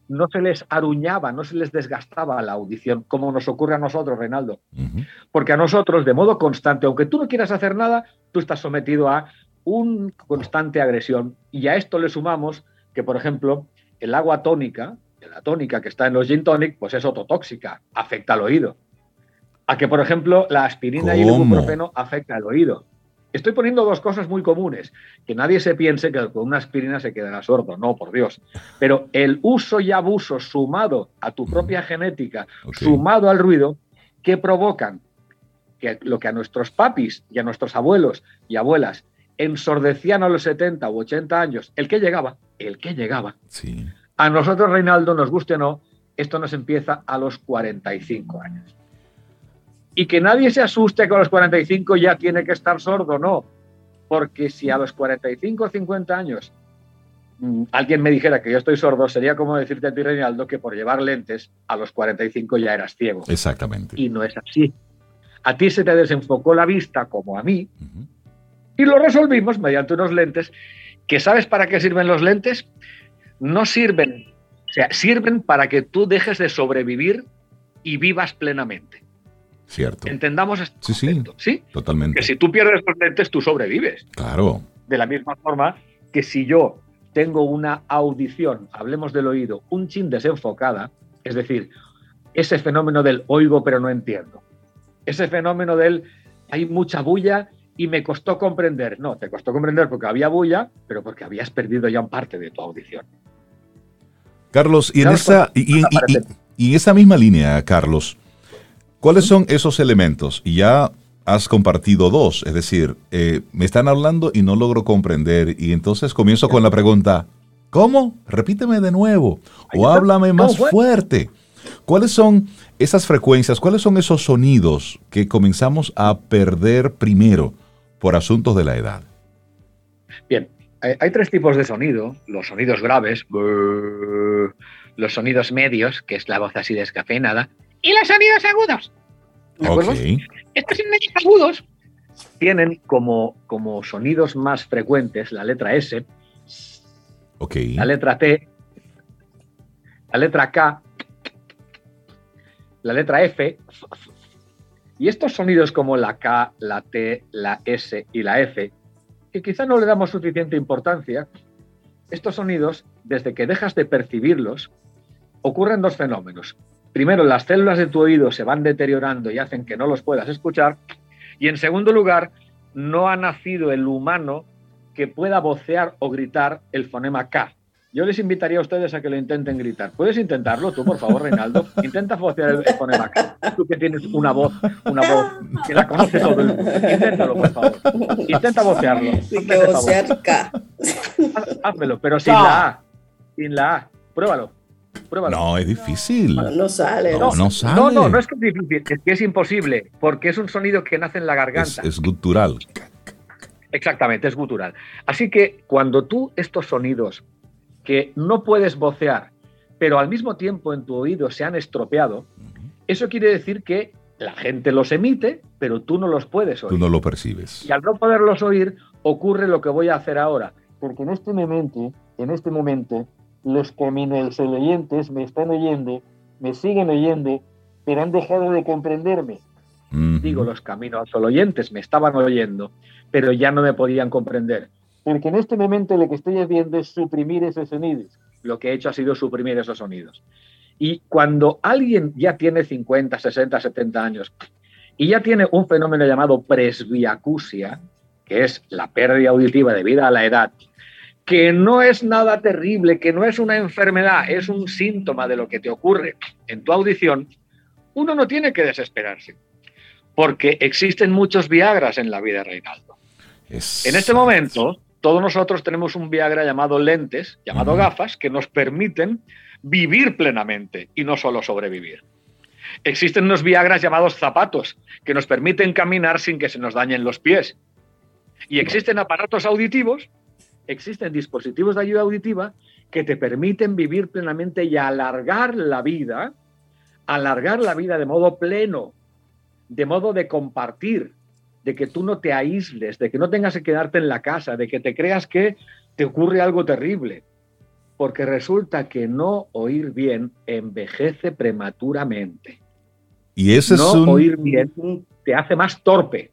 [SPEAKER 6] no se les aruñaba, no se les desgastaba la audición, como nos ocurre a nosotros, Reinaldo. Uh-huh. Porque a nosotros, de modo constante, aunque tú no quieras hacer nada, tú estás sometido a una constante agresión. Y a esto le sumamos que, por ejemplo, el agua tónica, la tónica que está en los gin tonic, pues es ototóxica, afecta al oído. A que, por ejemplo, la aspirina ¿Cómo? y el ibuprofeno afecta al oído. Estoy poniendo dos cosas muy comunes. Que nadie se piense que con una aspirina se quedará sordo. No, por Dios. Pero el uso y abuso sumado a tu propia genética, okay. sumado al ruido, que provocan que lo que a nuestros papis y a nuestros abuelos y abuelas ensordecían a los setenta u ochenta años, el que llegaba, el que llegaba.
[SPEAKER 1] Sí.
[SPEAKER 6] A nosotros, Reinaldo, nos guste o no, esto nos empieza a los cuarenta y cinco años. Y que nadie se asuste que a los cuarenta y cinco ya tiene que estar sordo, no. Porque si a los cuarenta y cinco o cincuenta años mmm, alguien me dijera que yo estoy sordo, sería como decirte a ti, Reinaldo, que por llevar lentes a los cuarenta y cinco ya eras ciego.
[SPEAKER 1] Exactamente.
[SPEAKER 6] Y no es así. A ti se te desenfocó la vista, como a mí, uh-huh. y lo resolvimos mediante unos lentes que, ¿sabes para qué sirven los lentes? No sirven, o sea, sirven para que tú dejes de sobrevivir y vivas plenamente.
[SPEAKER 1] Cierto.
[SPEAKER 6] Entendamos esto.
[SPEAKER 1] Sí, sí, ¿sí? Totalmente.
[SPEAKER 6] Que si tú pierdes los lentes, tú sobrevives.
[SPEAKER 1] Claro.
[SPEAKER 6] De la misma forma que si yo tengo una audición, hablemos del oído, un chin desenfocada, es decir, ese fenómeno del oigo pero no entiendo, ese fenómeno del hay mucha bulla y me costó comprender. No, te costó comprender porque había bulla, pero porque habías perdido ya un parte de tu audición.
[SPEAKER 1] Carlos, y en, esa, y, y, y, y en esa misma línea, Carlos, ¿cuáles son esos elementos? Y ya has compartido dos, es decir, eh, me están hablando y no logro comprender, y entonces comienzo con la pregunta, ¿cómo? Repíteme de nuevo, o háblame más fuerte. ¿Cuáles son esas frecuencias, cuáles son esos sonidos que comenzamos a perder primero por asuntos de la edad?
[SPEAKER 6] Bien, hay tres tipos de sonido, los sonidos graves, los sonidos medios, que es la voz así descafeinada, y los sonidos agudos. ¿De acuerdo?
[SPEAKER 1] Okay.
[SPEAKER 6] Estos sonidos agudos tienen como, como sonidos más frecuentes la letra S,
[SPEAKER 1] okay.
[SPEAKER 6] la letra T, la letra K, la letra F. Y estos sonidos como la K, la T, la S y la F, que quizá no le damos suficiente importancia, estos sonidos, desde que dejas de percibirlos, ocurren dos fenómenos. Primero, las células de tu oído se van deteriorando y hacen que no los puedas escuchar. Y en segundo lugar, no ha nacido el humano que pueda vocear o gritar el fonema K. Yo les invitaría a ustedes a que lo intenten gritar. ¿Puedes intentarlo tú, por favor, Reinaldo? Intenta vocear el fonema K. Tú que tienes una voz, una voz que la conoce todo el mundo. Inténtalo, por favor. Intenta vocearlo.
[SPEAKER 2] Sí, que vocear K.
[SPEAKER 6] Haz, házmelo, pero sin la A. Sin la A. Pruébalo. Pruébalo.
[SPEAKER 1] No, es difícil.
[SPEAKER 2] No, no sale.
[SPEAKER 1] No, no sale.
[SPEAKER 6] No, no, no es que es difícil, es que es imposible, porque es un sonido que nace en la garganta.
[SPEAKER 1] Es, es gutural.
[SPEAKER 6] Exactamente, es gutural. Así que cuando tú estos sonidos que no puedes vocear, pero al mismo tiempo en tu oído se han estropeado, uh-huh. eso quiere decir que la gente los emite, pero tú no los puedes oír.
[SPEAKER 1] Tú no lo percibes.
[SPEAKER 6] Y al no poderlos oír, ocurre lo que voy a hacer ahora. Porque en este momento, en este momento, los caminos oyentes me están oyendo, me siguen oyendo, pero han dejado de comprenderme. Uh-huh. Digo, los caminos oyentes me estaban oyendo, pero ya no me podían comprender. Porque en este momento lo que estoy haciendo es suprimir esos sonidos. Lo que he hecho ha sido suprimir esos sonidos. Y cuando alguien ya tiene cincuenta, sesenta, setenta años y ya tiene un fenómeno llamado presbiacusia, que es la pérdida auditiva debido a la edad, que no es nada terrible, que no es una enfermedad, es un síntoma de lo que te ocurre en tu audición, uno no tiene que desesperarse, porque existen muchos Viagras en la vida, Reinaldo. Es... En este momento, todos nosotros tenemos un Viagra llamado lentes, llamado uh-huh. gafas, que nos permiten vivir plenamente y no solo sobrevivir. Existen unos Viagras llamados zapatos, que nos permiten caminar sin que se nos dañen los pies. Y existen aparatos auditivos, existen dispositivos de ayuda auditiva que te permiten vivir plenamente y alargar la vida, alargar la vida de modo pleno, de modo de compartir, de que tú no te aísles, de que no tengas que quedarte en la casa, de que te creas que te ocurre algo terrible. porque resulta que no oír bien envejece prematuramente.
[SPEAKER 1] Y ese
[SPEAKER 6] no
[SPEAKER 1] es un...
[SPEAKER 6] oír bien te hace más torpe.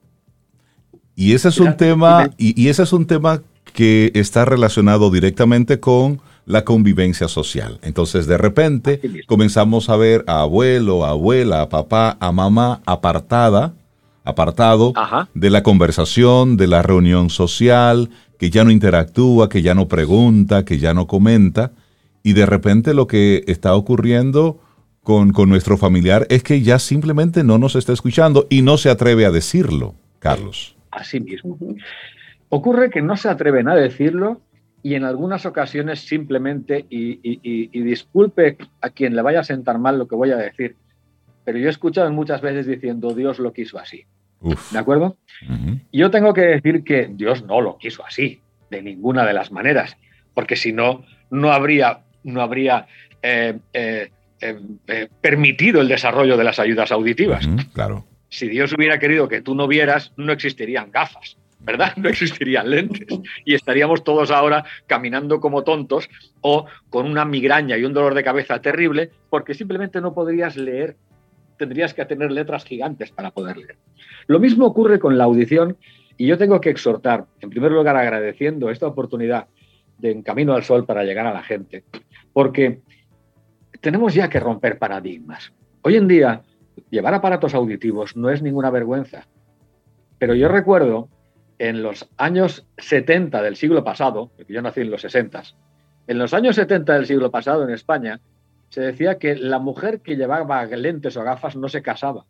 [SPEAKER 1] Y ese es un tema, y, y ese es un tema que está relacionado directamente con la convivencia social. Entonces, de repente, comenzamos a ver a abuelo, a abuela, a papá, a mamá apartada, apartado Ajá. de la conversación, de la reunión social, que ya no interactúa, que ya no pregunta, que ya no comenta. Y de repente lo que está ocurriendo con, con nuestro familiar es que ya simplemente no nos está escuchando y no se atreve a decirlo, Carlos.
[SPEAKER 6] Así mismo. Ocurre que no se atreven a decirlo y en algunas ocasiones simplemente, y, y, y, y disculpe a quien le vaya a sentar mal lo que voy a decir, pero yo he escuchado muchas veces diciendo Dios lo quiso así. Uf. ¿De acuerdo? Uh-huh. Yo tengo que decir que Dios no lo quiso así, de ninguna de las maneras, porque si no, no habría, no habría eh, eh, eh, eh, permitido el desarrollo de las ayudas auditivas.
[SPEAKER 1] Uh-huh, claro.
[SPEAKER 6] Si Dios hubiera querido que tú no vieras, no existirían gafas, ¿verdad? No existirían lentes y estaríamos todos ahora caminando como tontos o con una migraña y un dolor de cabeza terrible porque simplemente no podrías leer, tendrías que tener letras gigantes para poder leer. Lo mismo ocurre con la audición y yo tengo que exhortar, en primer lugar agradeciendo esta oportunidad de En Camino al Sol para llegar a la gente, porque tenemos ya que romper paradigmas. Hoy en día, llevar aparatos auditivos no es ninguna vergüenza, pero yo recuerdo en los años setenta del siglo pasado, porque yo nací en los sesenta, en los años setenta del siglo pasado en España se decía que la mujer que llevaba lentes o gafas no se casaba.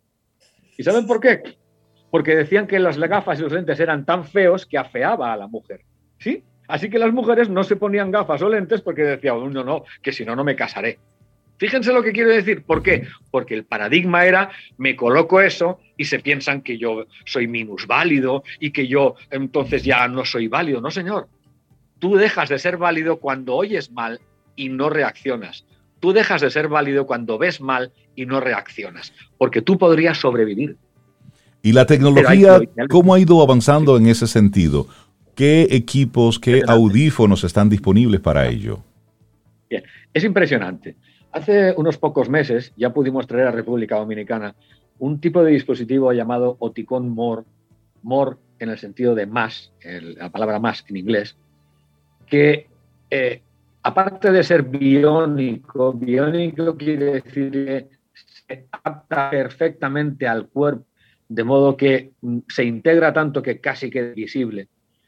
[SPEAKER 6] ¿Y saben por qué? Porque decían que las gafas y los lentes eran tan feos que afeaba a la mujer, ¿sí? Así que las mujeres no se ponían gafas o lentes porque decían, no, no, que si no, no me casaré. Fíjense lo que quiero decir. ¿Por qué? Porque el paradigma era, me coloco eso y se piensan que yo soy minusválido y que yo entonces ya no soy válido. No, señor. Tú dejas de ser válido cuando oyes mal y no reaccionas. Tú dejas de ser válido cuando ves mal y no reaccionas. Porque tú podrías sobrevivir.
[SPEAKER 1] ¿Y la tecnología cómo ha ido avanzando en ese sentido? ¿Qué equipos, qué audífonos están disponibles para ello?
[SPEAKER 6] Bien, es impresionante. Hace unos pocos meses ya pudimos traer a República Dominicana un tipo de dispositivo llamado Oticon More, More en el sentido de más, el, la palabra más en inglés, que eh, aparte de ser biónico, biónico quiere decir que se adapta perfectamente al cuerpo, de modo que se integra tanto que casi queda visible.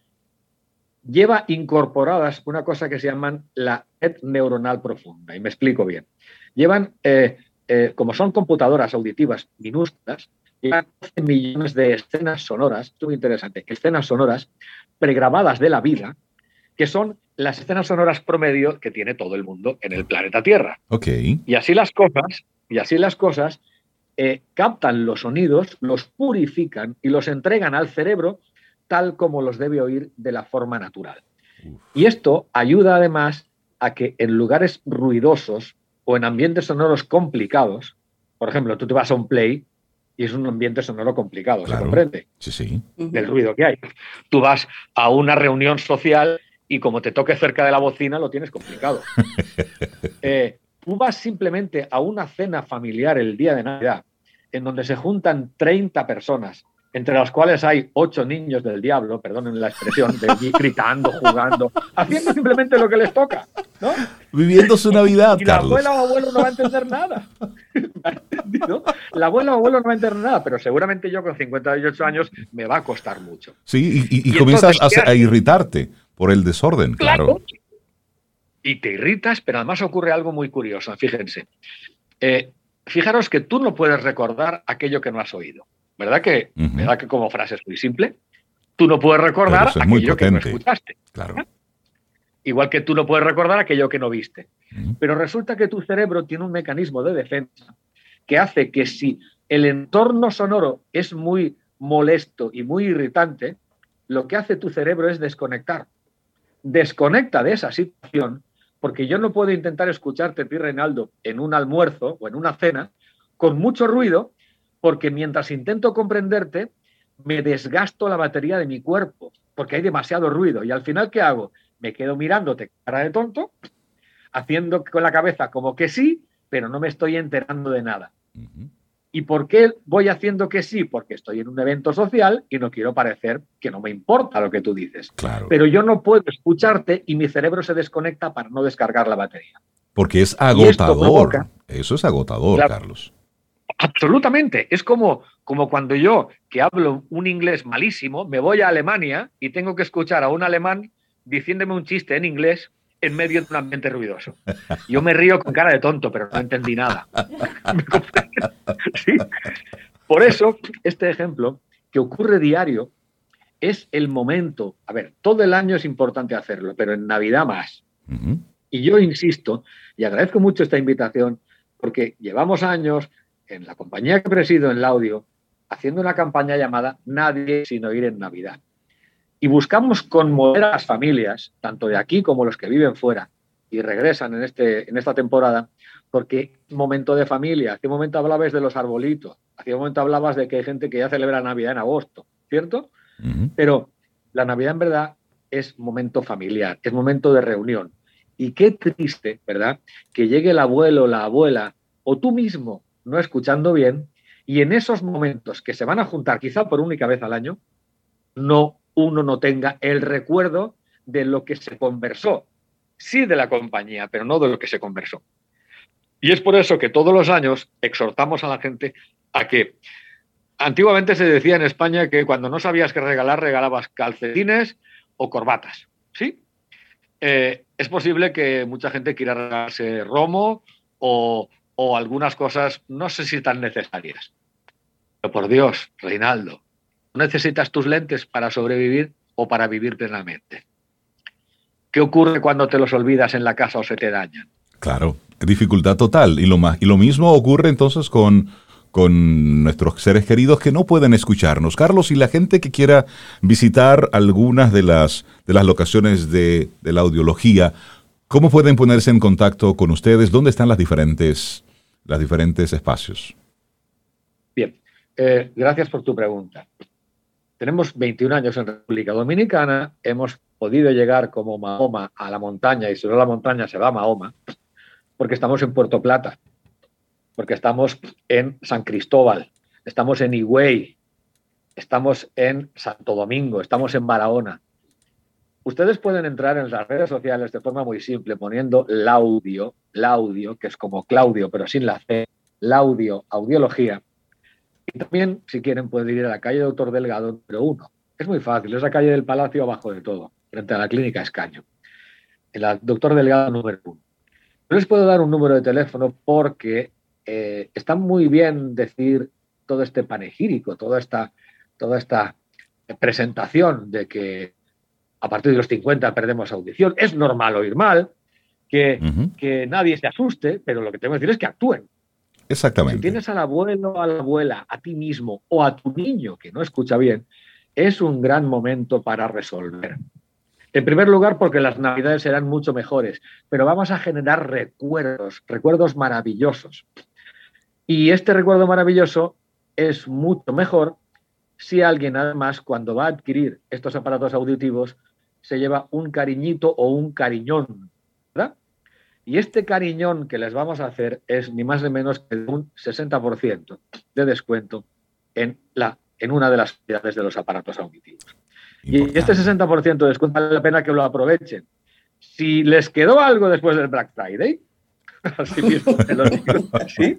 [SPEAKER 6] Lleva incorporadas una cosa que se llaman la red neuronal profunda, y me explico bien. Llevan, eh, eh, como son computadoras auditivas minúsculas, llevan doce millones de escenas sonoras, esto es muy interesante, escenas sonoras pregrabadas de la vida, que son las escenas sonoras promedio que tiene todo el mundo en el planeta Tierra.
[SPEAKER 1] Okay.
[SPEAKER 6] Y así las cosas, y así las cosas eh, captan los sonidos, los purifican y los entregan al cerebro tal como los debe oír de la forma natural. Uf. Y esto ayuda además a que en lugares ruidosos o en ambientes sonoros complicados, por ejemplo, tú te vas a un play y es un ambiente sonoro complicado, claro. ¿Se comprende?
[SPEAKER 1] Sí, sí.
[SPEAKER 6] Del ruido que hay. Tú vas a una reunión social y como te toque cerca de la bocina lo tienes complicado. eh, tú vas simplemente a una cena familiar el día de Navidad en donde se juntan treinta personas, entre las cuales hay ocho niños del diablo, perdonen la expresión, de allí gritando, jugando, haciendo simplemente lo que les toca, ¿no?
[SPEAKER 1] Viviendo su Navidad,
[SPEAKER 6] y
[SPEAKER 1] Carlos.
[SPEAKER 6] La abuela o abuelo no va a entender nada. ¿No? La abuela o abuelo no va a entender nada, pero seguramente yo con cincuenta y ocho años me va a costar mucho.
[SPEAKER 1] Sí, y, y, y, y comienzas entonces, a, a irritarte por el desorden, claro. claro.
[SPEAKER 6] Y te irritas, pero además ocurre algo muy curioso, fíjense. Eh, fijaros que tú no puedes recordar aquello que no has oído. ¿Verdad que, uh-huh. ¿verdad que como frase es muy simple? Tú no puedes recordar aquello que no escuchaste.
[SPEAKER 1] Claro.
[SPEAKER 6] ¿eh? Igual que tú no puedes recordar aquello que no viste. Uh-huh. Pero resulta que tu cerebro tiene un mecanismo de defensa que hace que si el entorno sonoro es muy molesto y muy irritante, lo que hace tu cerebro es desconectar. Desconecta de esa situación, porque yo no puedo intentar escucharte, ti, Reinaldo, en un almuerzo o en una cena, con mucho ruido, porque mientras intento comprenderte, me desgasto la batería de mi cuerpo, porque hay demasiado ruido. Y al final, ¿qué hago? me quedo mirándote cara de tonto, haciendo con la cabeza como que sí, pero no me estoy enterando de nada. Uh-huh. ¿Y por qué voy haciendo que sí? Porque estoy en un evento social y no quiero parecer que no me importa lo que tú dices.
[SPEAKER 1] Claro.
[SPEAKER 6] Pero yo no puedo escucharte y mi cerebro se desconecta para no descargar la batería.
[SPEAKER 1] Porque es agotador. Provoca, Eso es agotador, claro, Carlos.
[SPEAKER 6] Absolutamente. Es como, como cuando yo, que hablo un inglés malísimo, me voy a Alemania y tengo que escuchar a un alemán diciéndome un chiste en inglés en medio de un ambiente ruidoso. Yo me río con cara de tonto, pero no entendí nada. ¿Sí? Por eso, este ejemplo, que ocurre diario, es el momento. A ver, todo el año es importante hacerlo, pero en Navidad más. Uh-huh. Y yo insisto, y agradezco mucho esta invitación, porque llevamos años en la compañía que presido en Laudio haciendo una campaña llamada Nadie sin oír en Navidad. Y buscamos conmover a las familias, tanto de aquí como los que viven fuera y regresan en, este, en esta temporada, porque es momento de familia. Hace un momento hablabas de los arbolitos, hace un momento hablabas de que hay gente que ya celebra Navidad en agosto, ¿cierto? Uh-huh. Pero la Navidad en verdad es momento familiar, es momento de reunión. Y qué triste, ¿verdad?, que llegue el abuelo, la abuela o tú mismo no escuchando bien y en esos momentos que se van a juntar quizá por única vez al año, no uno no tenga el recuerdo de lo que se conversó. Sí de la compañía, pero no de lo que se conversó. Y es por eso que todos los años exhortamos a la gente a que antiguamente se decía en España que cuando no sabías qué regalar, regalabas calcetines o corbatas. ¿Sí? Eh, es posible que mucha gente quiera regalarse romo o, o algunas cosas, no sé si tan necesarias. Pero por Dios, Reinaldo, ¿no necesitas tus lentes para sobrevivir o para vivir plenamente? ¿Qué ocurre cuando te los olvidas en la casa o se te dañan?
[SPEAKER 1] Claro, dificultad total. Y lo, más, y lo mismo ocurre entonces con, con nuestros seres queridos que no pueden escucharnos. Carlos, y la gente que quiera visitar algunas de las, de las locaciones de, de la audiología, ¿cómo pueden ponerse en contacto con ustedes? ¿Dónde están las diferentes, las diferentes espacios?
[SPEAKER 6] Bien, eh, gracias por tu pregunta. Tenemos veintiún años en República Dominicana, hemos podido llegar como Mahoma a la montaña, y si no la montaña se va a Mahoma, porque estamos en Puerto Plata, porque estamos en San Cristóbal, estamos en Higüey, estamos en Santo Domingo, estamos en Barahona. Ustedes pueden entrar en las redes sociales de forma muy simple poniendo Laudio, Laudio, que es como Claudio, pero sin la C, Laudio, Audiología. Y también, si quieren, pueden ir a la calle Doctor Delgado número uno. Es muy fácil, es la calle del Palacio abajo de todo, frente a la Clínica Escaño. En la Doctor Delgado número uno. No les puedo dar un número de teléfono porque eh, está muy bien decir todo este panegírico, toda esta, toda esta presentación de que a partir de los cincuenta perdemos audición. Es normal oír mal, que, uh-huh. que nadie se asuste, pero lo que tengo que decir es que actúen.
[SPEAKER 1] Exactamente.
[SPEAKER 6] Si tienes al abuelo o a la abuela, a ti mismo o a tu niño que no escucha bien, es un gran momento para resolver. En primer lugar, porque las Navidades serán mucho mejores, pero vamos a generar recuerdos, recuerdos maravillosos. Y este recuerdo maravilloso es mucho mejor si alguien, además, cuando va a adquirir estos aparatos auditivos, se lleva un cariñito o un cariñón, ¿verdad? Y este cariñón que les vamos a hacer es ni más ni menos que un sesenta por ciento de descuento en, la, en una de las unidades de los aparatos auditivos. Importante. Y este sesenta por ciento de descuento vale la pena que lo aprovechen. Si les quedó algo después del Black Friday, así mismo te lo digo, ¿sí?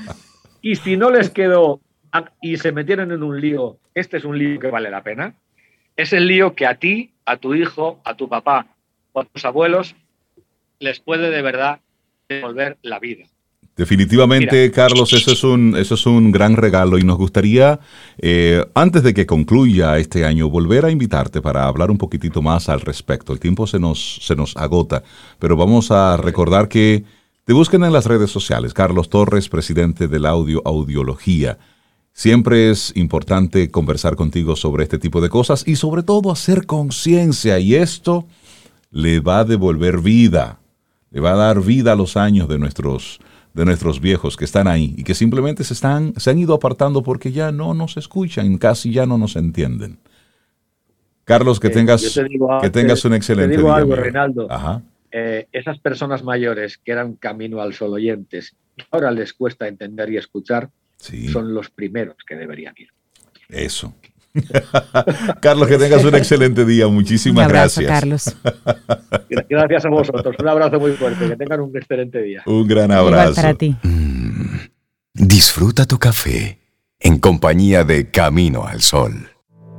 [SPEAKER 6] Y si no les quedó y se metieron en un lío, este es un lío que vale la pena, es el lío que a ti, a tu hijo, a tu papá o a tus abuelos les puede de verdad devolver la vida.
[SPEAKER 1] Definitivamente, Mira. Carlos, eso es un eso es un gran regalo y nos gustaría, eh, antes de que concluya este año, volver a invitarte para hablar un poquitito más al respecto. El tiempo se nos, se nos agota, pero vamos a recordar que te busquen en las redes sociales. Carlos Torres, presidente del Audio Audiología. Siempre es importante conversar contigo sobre este tipo de cosas y sobre todo hacer conciencia, y esto le va a devolver vida, le va a dar vida a los años de nuestros de nuestros viejos que están ahí y que simplemente se, están, se han ido apartando porque ya no nos escuchan, casi ya no nos entienden. Carlos, que tengas, eh, digo, que tengas un excelente día.
[SPEAKER 6] Te digo
[SPEAKER 1] día,
[SPEAKER 6] algo,
[SPEAKER 1] amigo.
[SPEAKER 6] Reinaldo.
[SPEAKER 1] Ajá.
[SPEAKER 6] Eh, esas personas mayores que eran Camino al Sol oyentes, que ahora les cuesta entender y escuchar, sí. son los primeros que deberían ir.
[SPEAKER 1] Eso. Carlos, que tengas un excelente día. Muchísimas
[SPEAKER 3] un abrazo,
[SPEAKER 1] gracias.
[SPEAKER 3] Carlos.
[SPEAKER 6] Gracias a vosotros. Un abrazo muy fuerte. Que tengan un excelente día.
[SPEAKER 1] Un gran abrazo.
[SPEAKER 3] Igual para ti.
[SPEAKER 5] Mm, disfruta tu café en compañía de Camino al Sol.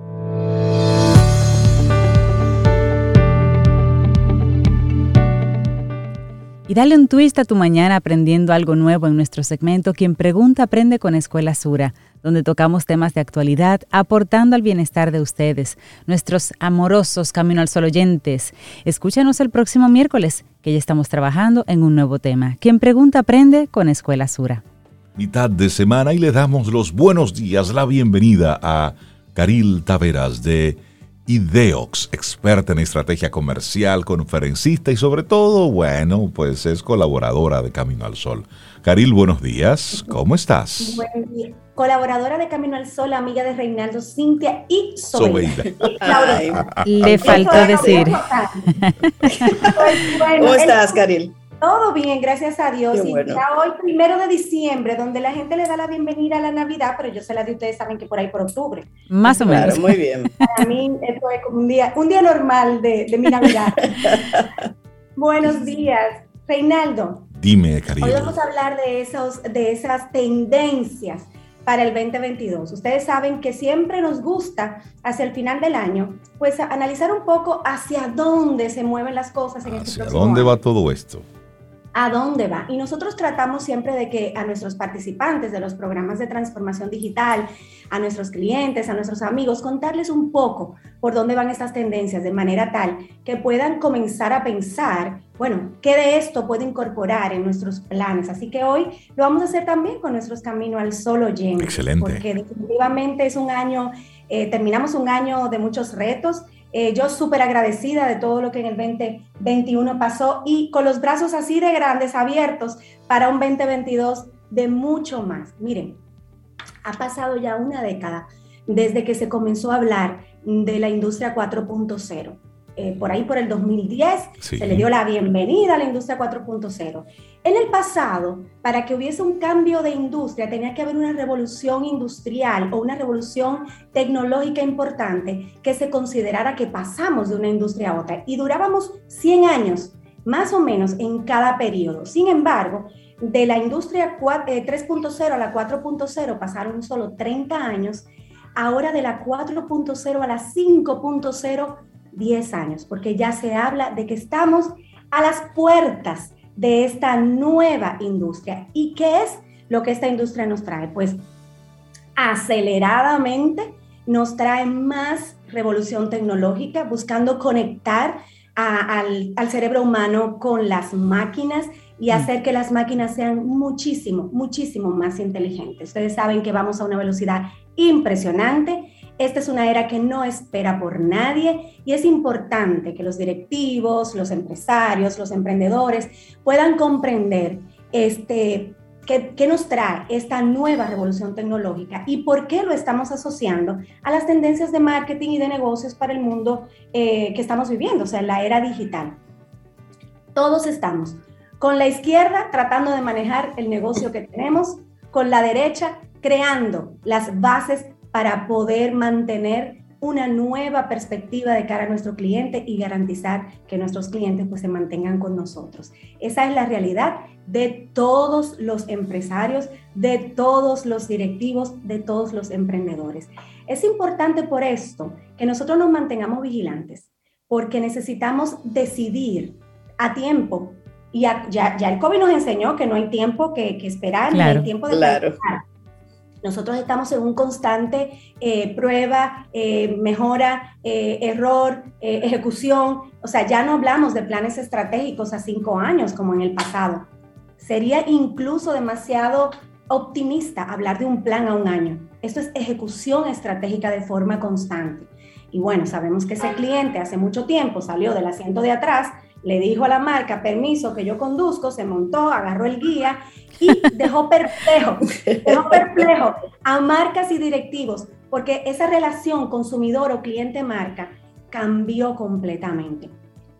[SPEAKER 3] Y dale un twist a tu mañana aprendiendo algo nuevo en nuestro segmento Quien Pregunta Aprende con Escuela Sura, donde tocamos temas de actualidad aportando al bienestar de ustedes, nuestros amorosos Camino al Sol oyentes. Escúchanos el próximo miércoles, que ya estamos trabajando en un nuevo tema. Quien Pregunta Aprende con Escuela Sura.
[SPEAKER 1] Mitad de semana y le damos los buenos días, la bienvenida a Caril Taveras de Ideox, experta en estrategia comercial, conferencista y sobre todo, bueno, pues es colaboradora de Camino al Sol. Caril, buenos días, ¿cómo estás?
[SPEAKER 7] Buen día. Colaboradora de Camino al Sol, amiga de Reinaldo, Cintia y Sobeida.
[SPEAKER 3] Le faltó decir.
[SPEAKER 7] Pues, bueno,
[SPEAKER 2] ¿cómo estás, Caril?
[SPEAKER 7] Todo bien, gracias a Dios.
[SPEAKER 2] Qué bueno.
[SPEAKER 7] Y ya hoy, primero de diciembre, donde la gente le da la bienvenida a la Navidad, pero yo se la di, ustedes saben que por ahí por octubre.
[SPEAKER 3] Más o
[SPEAKER 2] claro,
[SPEAKER 3] menos.
[SPEAKER 2] Muy bien.
[SPEAKER 7] Para mí esto es como un día, un día normal de, de mi Navidad. Buenos días, Reinaldo.
[SPEAKER 1] Dime, Caril.
[SPEAKER 7] Hoy vamos a hablar de, esos, de esas tendencias para el veinte veintidós. Ustedes saben que siempre nos gusta, hacia el final del año, pues analizar un poco hacia dónde se mueven las cosas en este próximo año.
[SPEAKER 1] ¿Hacia dónde va todo esto?
[SPEAKER 7] ¿A dónde va? Y nosotros tratamos siempre de que a nuestros participantes de los programas de transformación digital, a nuestros clientes, a nuestros amigos, contarles un poco por dónde van estas tendencias, de manera tal que puedan comenzar a pensar, bueno, ¿qué de esto puedo incorporar en nuestros planes? Así que hoy lo vamos a hacer también con nuestros Camino al Sol oyentes.
[SPEAKER 1] Excelente.
[SPEAKER 7] Porque definitivamente es un año, eh, terminamos un año de muchos retos. Eh, yo súper agradecida de todo lo que en el veinte veintiuno pasó y con los brazos así de grandes, abiertos para un veinte veintidós de mucho más. Miren, ha pasado ya una década desde que se comenzó a hablar de la industria cuatro punto cero. Eh, por ahí por el dos mil diez sí. Se le dio la bienvenida a la industria cuatro punto cero. En el pasado, para que hubiese un cambio de industria, tenía que haber una revolución industrial o una revolución tecnológica importante que se considerara que pasamos de una industria a otra. Y durábamos cien años, más o menos, en cada periodo. Sin embargo, de la industria tres punto cero a la cuatro punto cero pasaron solo treinta años. Ahora de la cuatro punto cero a la cinco punto cero, diez años, porque ya se habla de que estamos a las puertas de esta nueva industria. ¿Y qué es lo que esta industria nos trae? Pues aceleradamente nos trae más revolución tecnológica, buscando conectar a, al, al cerebro humano con las máquinas y hacer que las máquinas sean muchísimo, muchísimo más inteligentes. Ustedes saben que vamos a una velocidad impresionante. Esta es una era que no espera por nadie y es importante que los directivos, los empresarios, los emprendedores puedan comprender este, qué, qué nos trae esta nueva revolución tecnológica y por qué lo estamos asociando a las tendencias de marketing y de negocios para el mundo eh, que estamos viviendo, o sea, la era digital. Todos estamos con la izquierda tratando de manejar el negocio que tenemos, con la derecha creando las bases para poder mantener una nueva perspectiva de cara a nuestro cliente y garantizar que nuestros clientes pues se mantengan con nosotros. Esa es la realidad de todos los empresarios, de todos los directivos, de todos los emprendedores. Es importante por esto que nosotros nos mantengamos vigilantes, porque necesitamos decidir a tiempo. Y a, ya, ya el COVID nos enseñó que no hay tiempo que, que esperar, claro, ni hay tiempo de
[SPEAKER 2] claro.
[SPEAKER 7] pensar. Nosotros estamos en un constante eh, prueba, eh, mejora, eh, error, eh, ejecución. O sea, ya no hablamos de planes estratégicos a cinco años como en el pasado. Sería incluso demasiado optimista hablar de un plan a un año. Esto es ejecución estratégica de forma constante. Y bueno, sabemos que ese cliente hace mucho tiempo salió del asiento de atrás, le dijo a la marca, permiso que yo conduzco, se montó, agarró el guía y dejó perplejo, dejó perplejo a marcas y directivos, porque esa relación consumidor o cliente-marca cambió completamente.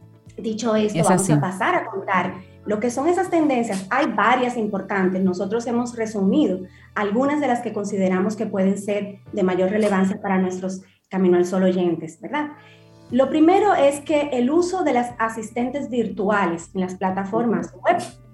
[SPEAKER 7] Dicho esto,
[SPEAKER 3] es
[SPEAKER 7] vamos
[SPEAKER 3] así.
[SPEAKER 7] a pasar a contar lo que son esas tendencias. Hay varias importantes. Nosotros hemos resumido algunas de las que consideramos que pueden ser de mayor relevancia para nuestros Camino al Sol oyentes, ¿verdad? Lo primero es que el uso de las asistentes virtuales en las plataformas web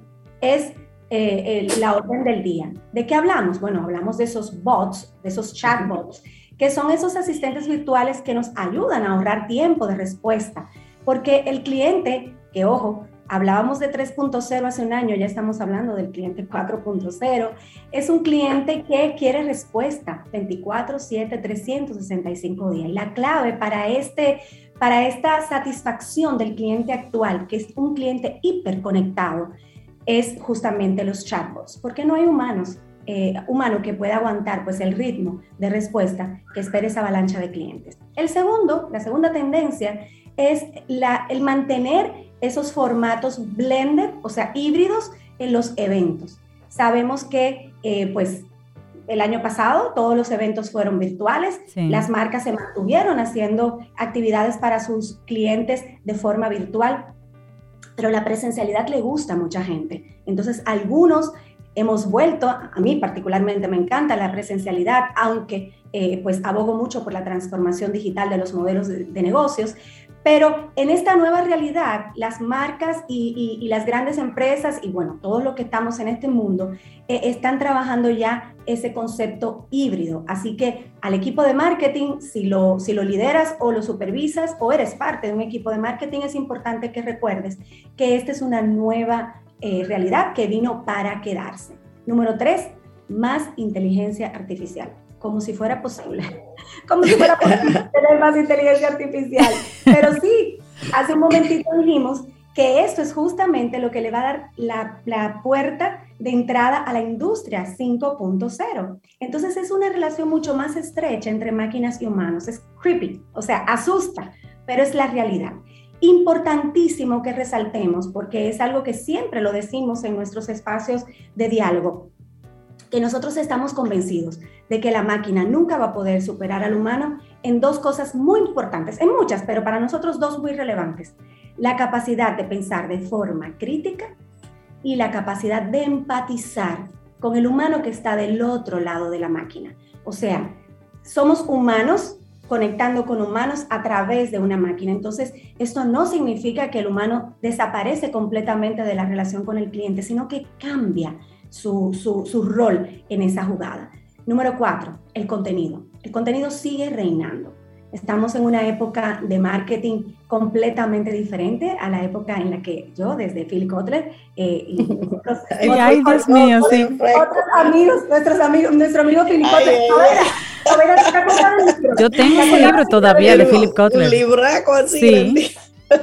[SPEAKER 7] es eh, el, la orden del día. ¿De qué hablamos? Bueno, hablamos de esos bots, de esos chatbots, que son esos asistentes virtuales que nos ayudan a ahorrar tiempo de respuesta, porque el cliente, que ojo, hablábamos de tres punto cero hace un año, ya estamos hablando del cliente cuatro punto cero, es un cliente que quiere respuesta veinticuatro siete, trescientos sesenta y cinco días. Y la clave para, este, para esta satisfacción del cliente actual, que es un cliente hiperconectado, es justamente los chatbots, porque no hay humanos, eh, humano que pueda aguantar pues, el ritmo de respuesta que espera esa avalancha de clientes. El segundo, la segunda tendencia es la, el mantener esos formatos blended, o sea, híbridos en los eventos. Sabemos que, eh, pues, el año pasado todos los eventos fueron virtuales, sí. Las marcas se mantuvieron haciendo actividades para sus clientes de forma virtual, pero la presencialidad le gusta a mucha gente. Entonces, algunos hemos vuelto, a mí particularmente me encanta la presencialidad, aunque eh, pues abogo mucho por la transformación digital de los modelos de, de negocios, pero en esta nueva realidad, las marcas y, y, y las grandes empresas, y bueno, todos los que estamos en este mundo, eh, están trabajando ya ese concepto híbrido. Así que al equipo de marketing, si lo, si lo lideras o lo supervisas o eres parte de un equipo de marketing, es importante que recuerdes que esta es una nueva eh, realidad que vino para quedarse. Número tres, más inteligencia artificial. Como si fuera posible, como si fuera posible tener más inteligencia artificial. Pero sí, hace un momentito dijimos que esto es justamente lo que le va a dar la, la puerta de entrada a la industria cinco punto cero. Entonces es una relación mucho más estrecha entre máquinas y humanos. Es creepy, o sea, asusta, pero es la realidad. Importantísimo que resaltemos, porque es algo que siempre lo decimos en nuestros espacios de diálogo, que nosotros estamos convencidos de que la máquina nunca va a poder superar al humano en dos cosas muy importantes, en muchas, pero para nosotros dos muy relevantes: la capacidad de pensar de forma crítica y la capacidad de empatizar con el humano que está del otro lado de la máquina. O sea, somos humanos conectando con humanos a través de una máquina. Entonces, esto no significa que el humano desaparece completamente de la relación con el cliente, sino que cambia Su, su, su rol en esa jugada. Número cuatro, el contenido. El contenido sigue reinando. Estamos en una época de marketing completamente diferente a la época en la que yo, desde Phil Kotler, eh, y nosotros,
[SPEAKER 3] ay, ay, Dios mío, sí.
[SPEAKER 7] Otros amigos, nuestros amigos, nuestro amigo Phil Kotler. A ver, a ver, está contando el libro.
[SPEAKER 3] Yo tengo ese libro todavía de Philip Kotler.
[SPEAKER 2] Un libraco así.
[SPEAKER 3] Sí.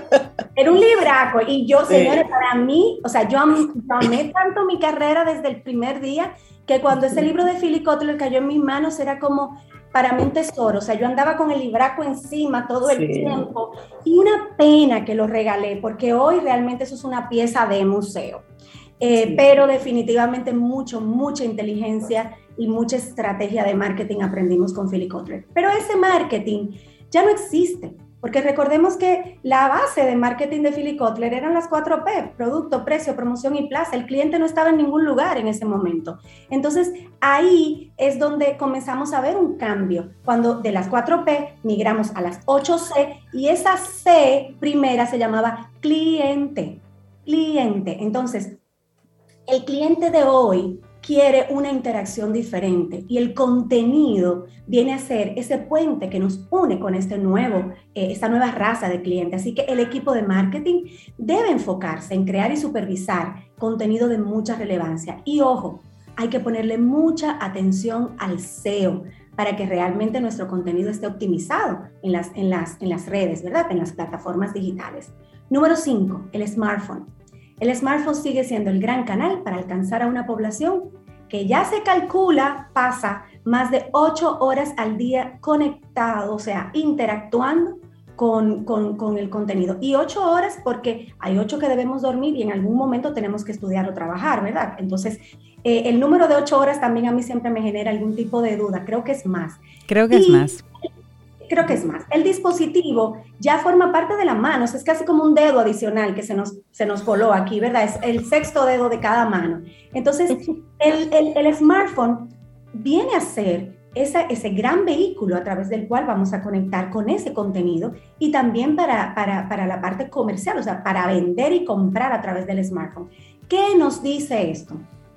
[SPEAKER 7] Era un libraco y yo, señores, para mí, o sea, yo, am, yo amé tanto mi carrera desde el primer día que cuando ese libro de Philip Kotler cayó en mis manos era como para mí un tesoro. O sea, yo andaba con el libraco encima todo el sí. tiempo y una pena que lo regalé porque hoy realmente eso es una pieza de museo. Eh, sí. Pero definitivamente mucho, mucha inteligencia y mucha estrategia de marketing aprendimos con Philip Kotler. Pero ese marketing ya no existe. Porque recordemos que la base de marketing de Philip Kotler eran las cuatro P, producto, precio, promoción y plaza. El cliente no estaba en ningún lugar en ese momento. Entonces, ahí es donde comenzamos a ver un cambio, cuando de las cuatro P migramos a las ocho C y esa C primera se llamaba cliente, cliente. Entonces, el cliente de hoy quiere una interacción diferente y el contenido viene a ser ese puente que nos une con este nuevo, eh, esta nueva raza de clientes. Así que el equipo de marketing debe enfocarse en crear y supervisar contenido de mucha relevancia. Y ojo, hay que ponerle mucha atención al S E O para que realmente nuestro contenido esté optimizado en las, en las, en las redes, ¿verdad? En las plataformas digitales. Número cinco, el smartphone. El smartphone sigue siendo el gran canal para alcanzar a una población que ya se calcula pasa más de ocho horas al día conectado, o sea, interactuando con, con, con el contenido. Y ocho horas porque hay ocho que debemos dormir y en algún momento tenemos que estudiar o trabajar, ¿verdad? Entonces, eh, el número de ocho horas también a mí siempre me genera algún tipo de duda. Creo que es más.
[SPEAKER 3] Creo que
[SPEAKER 7] y,
[SPEAKER 3] es más.
[SPEAKER 7] creo que es más. El dispositivo ya forma parte de la mano, es casi como un dedo adicional que se nos, se nos coló aquí, ¿verdad? Es el sexto dedo de cada mano. Entonces, el, el, el smartphone viene a ser esa, ese gran vehículo a través del cual vamos a conectar con ese contenido y también para, para, para la parte comercial, o sea, para vender y comprar a través del smartphone. ¿Qué nos dice esto?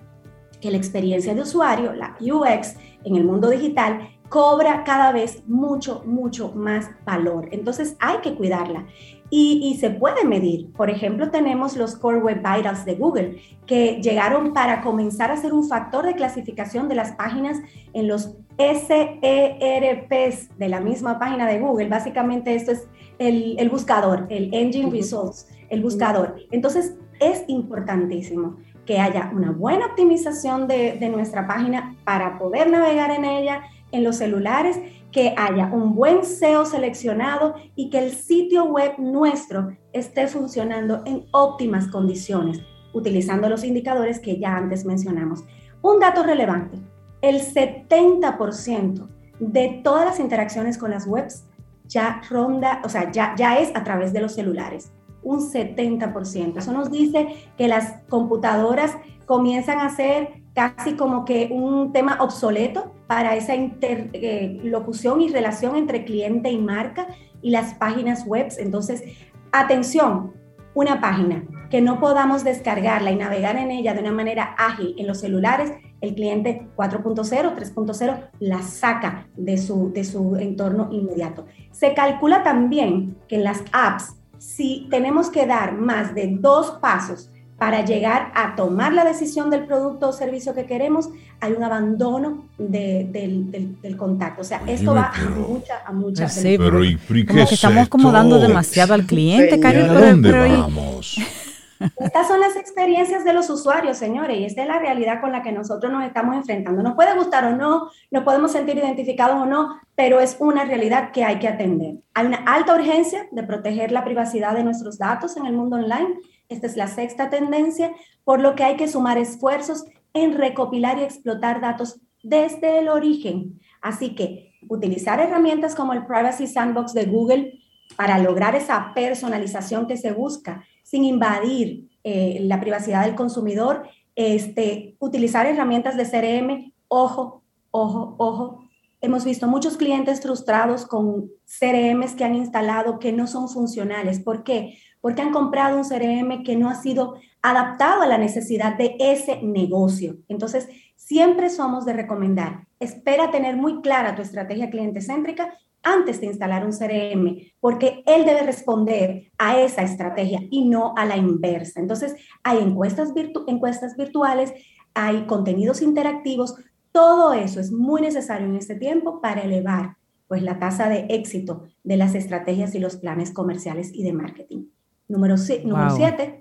[SPEAKER 7] Que la experiencia de usuario, la U X, en el mundo digital, cobra cada vez mucho, mucho más valor. Entonces hay que cuidarla y, y se puede medir. Por ejemplo, tenemos los Core Web Vitals de Google, que llegaron para comenzar a ser un factor de clasificación de las páginas en los S E R Ps de la misma página de Google. Básicamente esto es el, el buscador, el Engine Results, el buscador. Entonces es importantísimo que haya una buena optimización de, de nuestra página para poder navegar en ella en los celulares, que haya un buen S E O seleccionado y que el sitio web nuestro esté funcionando en óptimas condiciones, utilizando los indicadores que ya antes mencionamos. Un dato relevante, el setenta por ciento de todas las interacciones con las webs ya ronda, o sea, ya, ya es a través de los celulares. Un setenta por ciento. Eso nos dice que las computadoras comienzan a ser casi como que un tema obsoleto para esa interlocución eh, y relación entre cliente y marca y las páginas web. Entonces, atención, una página que no podamos descargarla y navegar en ella de una manera ágil en los celulares, el cliente cuatro punto cero, tres punto cero la saca de su, de su entorno inmediato. Se calcula también que en las apps, si tenemos que dar más de dos pasos para llegar a tomar la decisión del producto o servicio que queremos, hay un abandono de, del, del, del contacto. O sea, esto va a mucha, a mucha.
[SPEAKER 3] Sí, pero, ¿y, pero como que estamos como dando demasiado al cliente, Karil.
[SPEAKER 1] ¿A dónde pero, vamos?
[SPEAKER 7] Estas son las experiencias de los usuarios, señores, y esta es la realidad con la que nosotros nos estamos enfrentando. Nos puede gustar o no, nos podemos sentir identificados o no, pero es una realidad que hay que atender. Hay una alta urgencia de proteger la privacidad de nuestros datos en el mundo online. Esta es la sexta tendencia, por lo que hay que sumar esfuerzos en recopilar y explotar datos desde el origen. Así que utilizar herramientas como el Privacy Sandbox de Google para lograr esa personalización que se busca, sin invadir eh, la privacidad del consumidor, este, utilizar herramientas de C R M, ojo, ojo, ojo. Hemos visto muchos clientes frustrados con C R Ms que han instalado que no son funcionales. ¿Por qué? Porque han comprado un C R M que no ha sido adaptado a la necesidad de ese negocio. Entonces, siempre somos de recomendar, espera tener muy clara tu estrategia cliente céntrica antes de instalar un C R M, porque él debe responder a esa estrategia y no a la inversa. Entonces, hay encuestas, virtu- encuestas virtuales, hay contenidos interactivos, todo eso es muy necesario en este tiempo para elevar pues, la tasa de éxito de las estrategias y los planes comerciales y de marketing. Número siete, wow.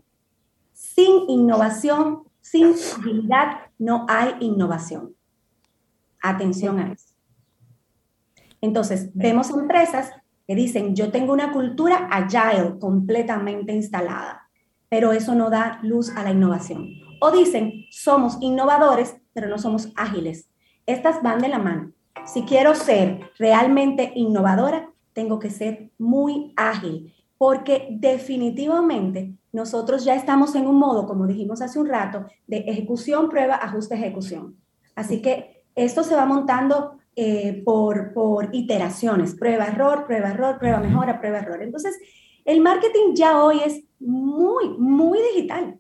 [SPEAKER 7] Sin innovación, sin agilidad, no hay innovación. Atención a eso. Entonces, vemos empresas que dicen, yo tengo una cultura agile completamente instalada, pero eso no da luz a la innovación. O dicen, somos innovadores, pero no somos ágiles. Estas van de la mano. Si quiero ser realmente innovadora, tengo que ser muy ágil, porque definitivamente nosotros ya estamos en un modo, como dijimos hace un rato, de ejecución, prueba, ajuste, ejecución. Así que esto se va montando eh, por, por iteraciones, prueba, error, prueba, error, prueba, mejora, prueba, error. Entonces, el marketing ya hoy es muy, muy digital.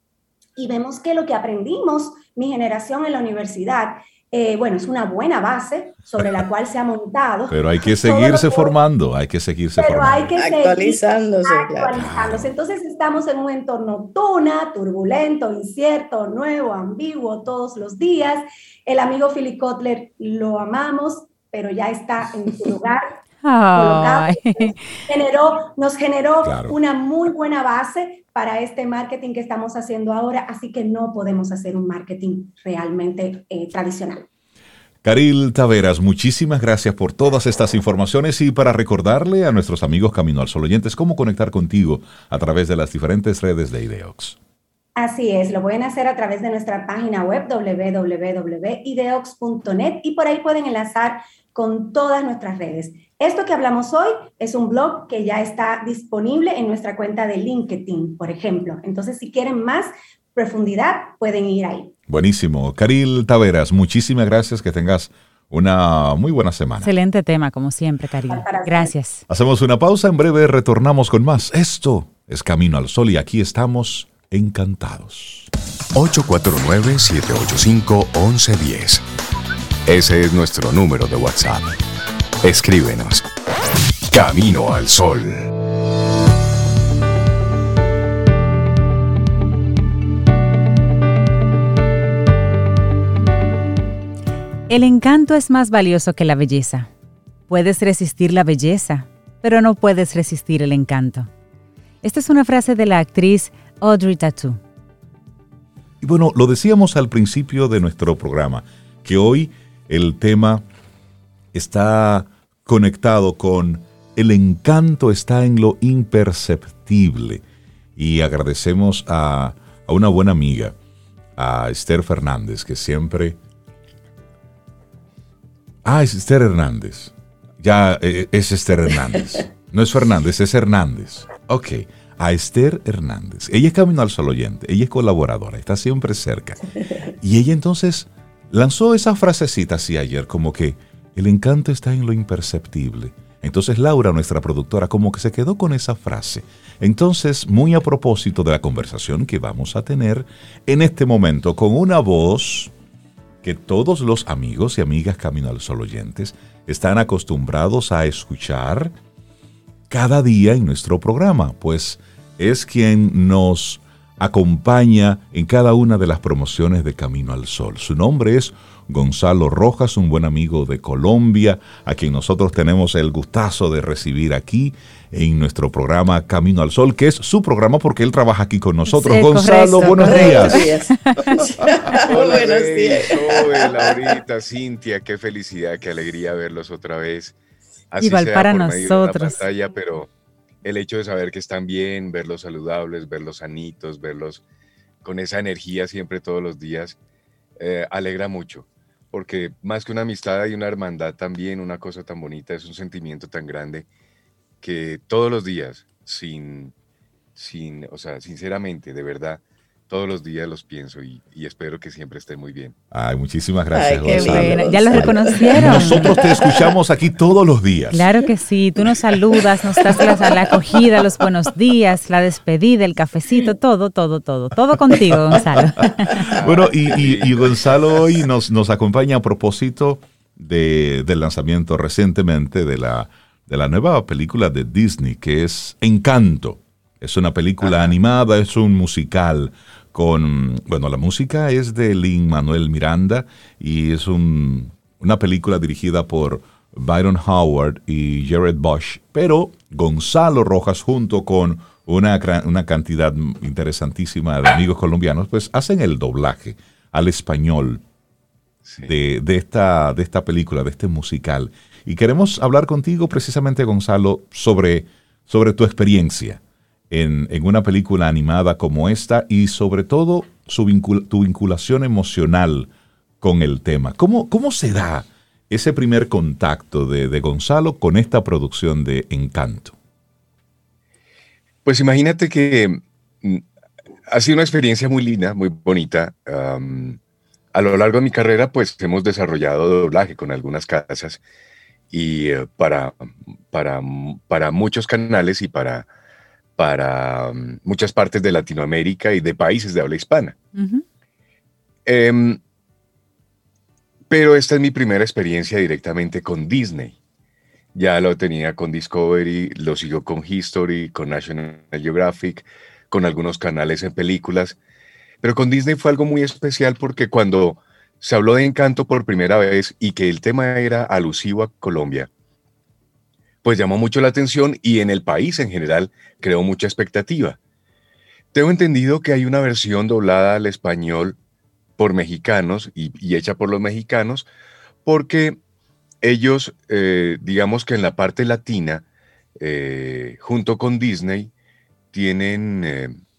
[SPEAKER 7] Y vemos que lo que aprendimos, mi generación en la universidad, Eh, bueno, es una buena base sobre la cual se ha montado.
[SPEAKER 1] Pero hay que seguirse que, formando, hay que seguirse
[SPEAKER 7] pero
[SPEAKER 1] formando.
[SPEAKER 7] Hay que
[SPEAKER 2] actualizándose,
[SPEAKER 7] seguir actualizándose. Claro. Entonces estamos en un entorno tuna, turbulento, incierto, nuevo, ambiguo todos los días. El amigo Philip Kotler lo amamos, pero ya está en su lugar. Generó, nos generó claro. una muy buena base para este marketing que estamos haciendo ahora, así que no podemos hacer un marketing realmente eh, tradicional.
[SPEAKER 1] Karil Taveras, muchísimas gracias por todas estas informaciones y para recordarle a nuestros amigos Camino al Sol oyentes cómo conectar contigo a través de las diferentes redes de IDEOX.
[SPEAKER 7] Así es, lo pueden hacer a través de nuestra página web doble u doble u doble u punto ideox punto net y por ahí pueden enlazar con todas nuestras redes. Esto que hablamos hoy es un blog que ya está disponible en nuestra cuenta de LinkedIn, por ejemplo. Entonces, si quieren más profundidad, pueden ir ahí.
[SPEAKER 1] Buenísimo. Caril Taveras, muchísimas gracias. Que tengas una muy buena semana.
[SPEAKER 3] Excelente tema, como siempre, Caril. Gracias.
[SPEAKER 1] Hacemos una pausa. En breve retornamos con más. Esto es Camino al Sol y aquí estamos encantados.
[SPEAKER 8] ocho cuatro nueve, siete ocho cinco, uno uno uno cero. Ese es nuestro número de WhatsApp. Escríbenos. Camino al Sol.
[SPEAKER 3] El encanto es más valioso que la belleza. Puedes resistir la belleza, pero no puedes resistir el encanto. Esta es una frase de la actriz Audrey Tautou.
[SPEAKER 1] Y bueno, lo decíamos al principio de nuestro programa, que hoy el tema está conectado con el encanto está en lo imperceptible. Y agradecemos a, a una buena amiga, a Esther Fernández, que siempre... Ah, es Esther Hernández. Ya eh, es Esther Hernández. No es Fernández, es Hernández. Ok, a Esther Hernández. Ella es Camino al Sol oyente, ella es colaboradora, está siempre cerca. Y ella entonces lanzó esa frasecita así ayer, como que el encanto está en lo imperceptible. Entonces Laura, nuestra productora, como que se quedó con esa frase. Entonces, muy a propósito de la conversación que vamos a tener en este momento con una voz que todos los amigos y amigas Camino al Sol oyentes están acostumbrados a escuchar cada día en nuestro programa, pues es quien nos acompaña en cada una de las promociones de Camino al Sol. Su nombre es Gonzalo Rojas, un buen amigo de Colombia, a quien nosotros tenemos el gustazo de recibir aquí en nuestro programa Camino al Sol, que es su programa porque él trabaja aquí con nosotros. Sí, Gonzalo, correcto, buenos correcto. días.
[SPEAKER 9] Hola, buenos días. Joven, Laurita, Cintia, qué felicidad, qué alegría verlos otra vez. Así
[SPEAKER 3] Igual
[SPEAKER 9] sea
[SPEAKER 3] para
[SPEAKER 9] por
[SPEAKER 3] nosotros.
[SPEAKER 9] medio de la pantalla, pero el hecho de saber que están bien, verlos saludables, verlos sanitos, verlos con esa energía siempre todos los días, eh, alegra mucho. Porque más que una amistad y una hermandad también, una cosa tan bonita, es un sentimiento tan grande que todos los días, sin, sin, o sea, sinceramente, de verdad, todos los días los pienso y, y espero que siempre estén muy bien.
[SPEAKER 1] Ay, muchísimas gracias,
[SPEAKER 3] Ay, Gonzalo. Bueno, ya lo reconocieron.
[SPEAKER 1] Nosotros te escuchamos aquí todos los días.
[SPEAKER 3] Claro que sí, tú nos saludas, nos das la, la acogida, los buenos días, la despedida, el cafecito, todo, todo, todo, todo contigo, Gonzalo.
[SPEAKER 1] Bueno, y, y, y Gonzalo hoy nos, nos acompaña a propósito de, del lanzamiento recientemente de la, de la nueva película de Disney, que es Encanto. Es una película Ajá. animada, es un musical con, bueno, la música es de Lin-Manuel Miranda y es un, una película dirigida por Byron Howard y Jared Bush, pero Gonzalo Rojas junto con una, una cantidad interesantísima de amigos colombianos, pues hacen el doblaje al español sí. de, de, esta, de esta película, de este musical. Y queremos hablar contigo precisamente, Gonzalo, sobre, sobre tu experiencia En, en una película animada como esta y sobre todo su vincul- tu vinculación emocional con el tema. ¿Cómo, cómo se da ese primer contacto de, de Gonzalo con esta producción de Encanto?
[SPEAKER 9] Pues imagínate que ha sido una experiencia muy linda, muy bonita. Um, a lo largo de mi carrera pues hemos desarrollado doblaje con algunas casas y uh, para, para, para muchos canales y para... para um, muchas partes de Latinoamérica y de países de habla hispana. Uh-huh. Um, pero esta es mi primera experiencia directamente con Disney. Ya lo tenía con Discovery, lo sigo con History, con National Geographic, con algunos canales en películas. Pero con Disney fue algo muy especial porque cuando se habló de Encanto por primera vez y que el tema era alusivo a Colombia, pues llamó mucho la atención y en el país en general creó mucha expectativa. Tengo entendido que hay una versión doblada al español por mexicanos y, y hecha por los mexicanos porque ellos, eh, digamos que en la parte latina, eh, junto con Disney, tienen eh,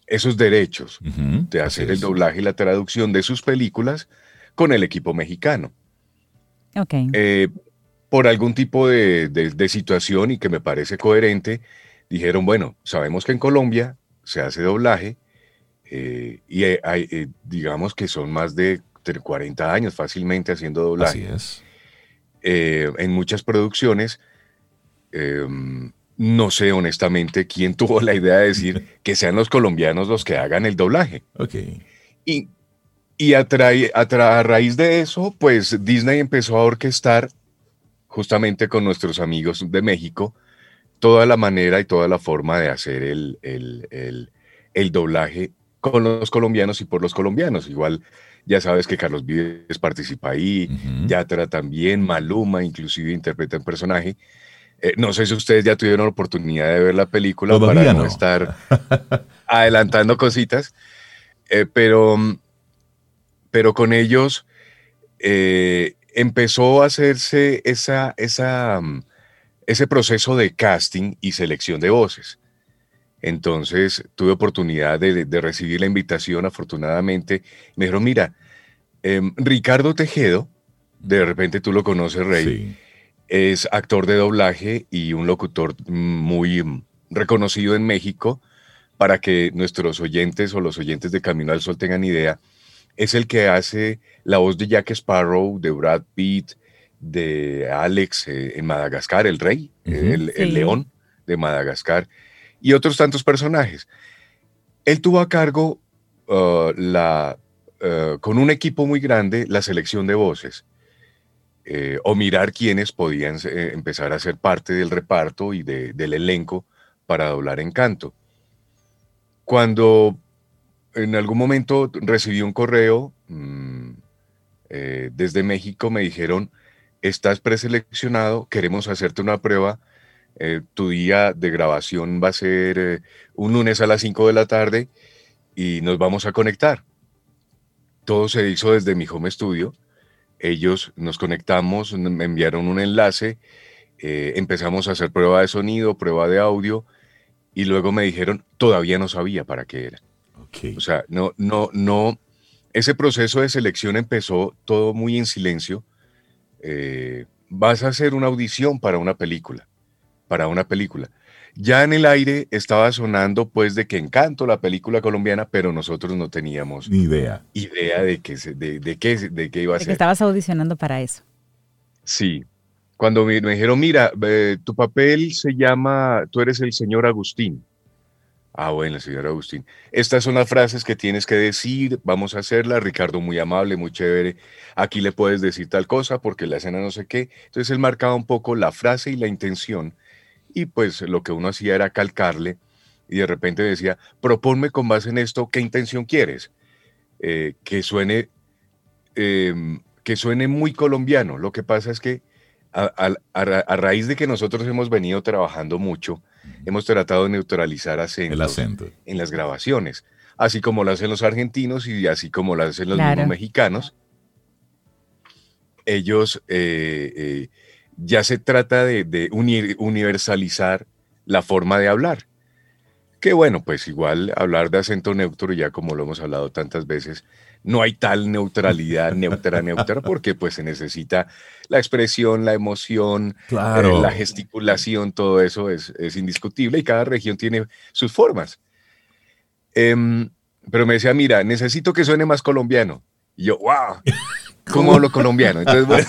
[SPEAKER 9] esos derechos uh-huh, de hacer el doblaje y la traducción de sus películas con el equipo mexicano.
[SPEAKER 3] Okay.
[SPEAKER 9] Eh, por algún tipo de, de, de situación y que me parece coherente, dijeron, bueno, sabemos que en Colombia se hace doblaje eh, y hay, hay, eh, digamos que son más de cuarenta años fácilmente haciendo doblaje.
[SPEAKER 1] Así es.
[SPEAKER 9] Eh, en muchas producciones, eh, no sé honestamente quién tuvo la idea de decir que sean los colombianos los que hagan el doblaje.
[SPEAKER 1] Okay.
[SPEAKER 9] Y, y a, tra- a, tra- a raíz de eso, pues Disney empezó a orquestar justamente con nuestros amigos de México toda la manera y toda la forma de hacer el, el, el, el doblaje con los colombianos y por los colombianos. Igual ya sabes que Carlos Vives participa ahí, uh-huh. Yatra también, Maluma inclusive interpreta un personaje. Eh, no sé si ustedes ya tuvieron la oportunidad de ver la película.
[SPEAKER 1] Todavía
[SPEAKER 9] para no,
[SPEAKER 1] no
[SPEAKER 9] estar adelantando cositas, eh, pero, pero con ellos eh, empezó a hacerse esa, esa, ese proceso de casting y selección de voces. Entonces tuve oportunidad de, de recibir la invitación, afortunadamente. Me dijeron, mira, eh, Ricardo Tejedo, de repente tú lo conoces, Rey, sí. Es actor de doblaje y un locutor muy reconocido en México. Para que nuestros oyentes o los oyentes de Camino al Sol tengan idea, es el que hace la voz de Jack Sparrow, de Brad Pitt, de Alex eh, en Madagascar, el rey, uh-huh. el, el sí. león de Madagascar, y otros tantos personajes. Él tuvo a cargo, uh, la, uh, con un equipo muy grande, la selección de voces, eh, o mirar quiénes podían eh, empezar a ser parte del reparto y de, del elenco para doblar Encanto. Cuando en algún momento recibí un correo mmm, eh, desde México, me dijeron, estás preseleccionado, queremos hacerte una prueba. Eh, tu día de grabación va a ser eh, un lunes a las cinco de la tarde y nos vamos a conectar. Todo se hizo desde mi home studio. Ellos nos conectamos, me enviaron un enlace, eh, empezamos a hacer prueba de sonido, prueba de audio y luego me dijeron, todavía no sabía para qué era. Okay. O sea, no, no, no, ese proceso de selección empezó todo muy en silencio. Eh, vas a hacer una audición para una película. para una película. Ya en el aire estaba sonando pues de que Encanto, la película colombiana, pero nosotros no teníamos
[SPEAKER 1] ni idea,
[SPEAKER 9] idea de qué de, de, qué, de qué iba a
[SPEAKER 3] de
[SPEAKER 9] ser.
[SPEAKER 3] Que estabas audicionando para eso.
[SPEAKER 9] Sí. Cuando me, me dijeron, mira, eh, tu papel se llama, tú eres el señor Agustín. Ah, bueno, señor Agustín. Estas son las frases que tienes que decir, vamos a hacerlas. Ricardo, muy amable, muy chévere. Aquí le puedes decir tal cosa porque la escena no sé qué. Entonces él marcaba un poco la frase y la intención. Y pues lo que uno hacía era calcarle y de repente decía, proponme con base en esto, ¿qué intención quieres? Eh, que suene, eh, que suene muy colombiano. Lo que pasa es que a, a, a raíz de que nosotros hemos venido trabajando mucho, hemos tratado de neutralizar acentos
[SPEAKER 1] El acento.
[SPEAKER 9] en las grabaciones, así como lo hacen los argentinos y así como lo hacen los
[SPEAKER 3] claro.
[SPEAKER 9] mismos mexicanos. Ellos... Eh, eh, ya se trata de, de uni- universalizar la forma de hablar. Que bueno, pues igual hablar de acento neutro, ya como lo hemos hablado tantas veces, no hay tal neutralidad, neutra, neutra, porque pues se necesita la expresión, la emoción,
[SPEAKER 1] claro.
[SPEAKER 9] eh, la gesticulación, todo eso es, es indiscutible y cada región tiene sus formas. Eh, pero me decía, mira, necesito que suene más colombiano. Y yo, wow. ¿Cómo, ¿Cómo hablo colombiano? Entonces, bueno,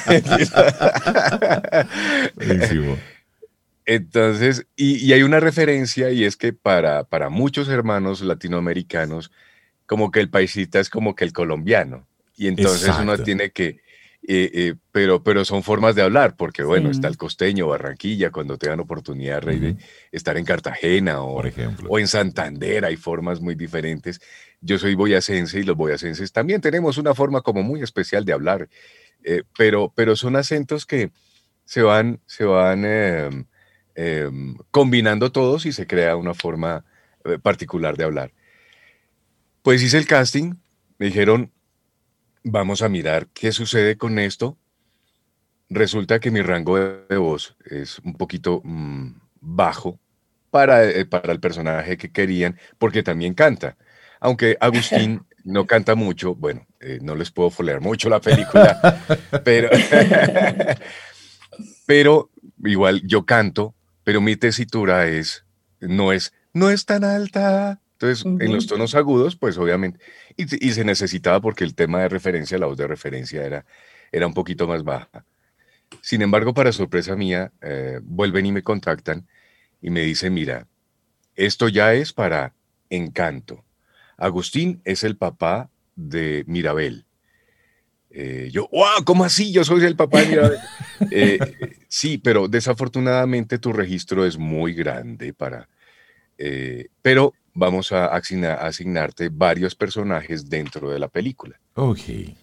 [SPEAKER 1] buenísimo.
[SPEAKER 9] Entonces, y, y hay una referencia y es que para, para muchos hermanos latinoamericanos, como que el paisita es como que el colombiano. Y entonces Exacto. uno tiene que, eh, eh, pero, pero son formas de hablar, porque bueno, sí. está el costeño, Barranquilla, cuando te dan oportunidad, Rey, uh-huh. de estar en Cartagena o,
[SPEAKER 1] Por ejemplo.
[SPEAKER 9] o en Santander, hay formas muy diferentes. Yo soy boyacense y los boyacenses también tenemos una forma como muy especial de hablar, eh, pero, pero son acentos que se van, se van eh, eh, combinando todos y se crea una forma eh, particular de hablar. Pues hice el casting, me dijeron, vamos a mirar qué sucede con esto. Resulta que mi rango de voz es un poquito mmm, bajo para, eh, para el personaje que querían, porque también canta. Aunque Agustín no canta mucho, bueno, eh, no les puedo folear mucho la película, pero, pero igual yo canto, pero mi tesitura es, no es, no es tan alta. Entonces, uh-huh. en los tonos agudos, pues obviamente, y, y se necesitaba porque el tema de referencia, la voz de referencia era, era un poquito más baja. Sin embargo, para sorpresa mía, eh, vuelven y me contactan y me dicen, mira, esto ya es para Encanto. Agustín es el papá de Mirabel. Eh, yo, ¡wow! ¿Cómo así? Yo soy el papá de Mirabel. eh, sí, pero desafortunadamente tu registro es muy grande para... Eh, pero vamos a, asignar, a asignarte varios personajes dentro de la película.
[SPEAKER 1] Ok.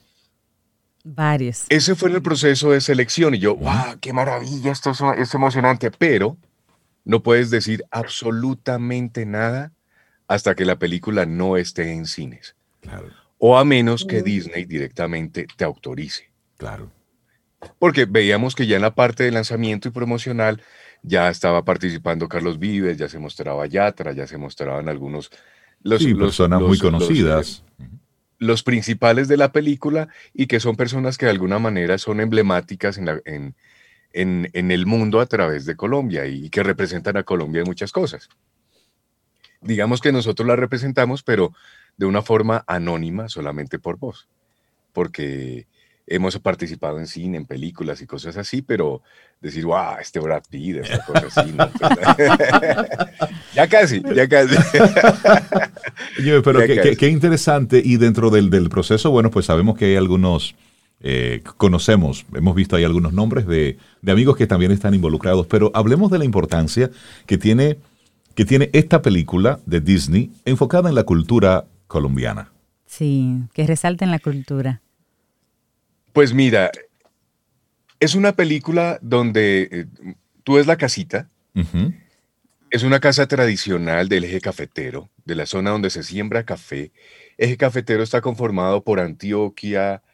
[SPEAKER 3] Varios.
[SPEAKER 9] Ese fue en el proceso de selección y yo, ¡wow! ¡Qué maravilla! Esto es, es emocionante, pero no puedes decir absolutamente nada hasta que la película no esté en cines.
[SPEAKER 1] Claro.
[SPEAKER 9] O a menos que Disney directamente te autorice.
[SPEAKER 1] Claro.
[SPEAKER 9] Porque veíamos que ya en la parte de lanzamiento y promocional ya estaba participando Carlos Vives, ya se mostraba Yatra, ya se mostraban algunos... Los,
[SPEAKER 1] sí,
[SPEAKER 9] los,
[SPEAKER 1] personas
[SPEAKER 9] los,
[SPEAKER 1] muy conocidas.
[SPEAKER 9] Los, los principales de la película y que son personas que de alguna manera son emblemáticas en, la, en, en, en el mundo a través de Colombia y que representan a Colombia en muchas cosas. Digamos que nosotros la representamos, pero de una forma anónima, solamente por voz, porque hemos participado en cine, en películas y cosas así, pero decir, wow, este Brad Pitt, esta cosa así, ¿no? ya casi, ya casi.
[SPEAKER 1] Oye, pero qué, qué, qué interesante, y dentro del, del proceso, bueno, pues sabemos que hay algunos, eh, conocemos, hemos visto ahí algunos nombres de, de amigos que también están involucrados, pero hablemos de la importancia que tiene... que tiene esta película de Disney enfocada en la cultura colombiana.
[SPEAKER 3] Sí, que resalta en la cultura.
[SPEAKER 9] Pues mira, es una película donde eh, tú ves la casita, uh-huh. es una casa tradicional del eje cafetero, de la zona donde se siembra café. Eje cafetero está conformado por Antioquia,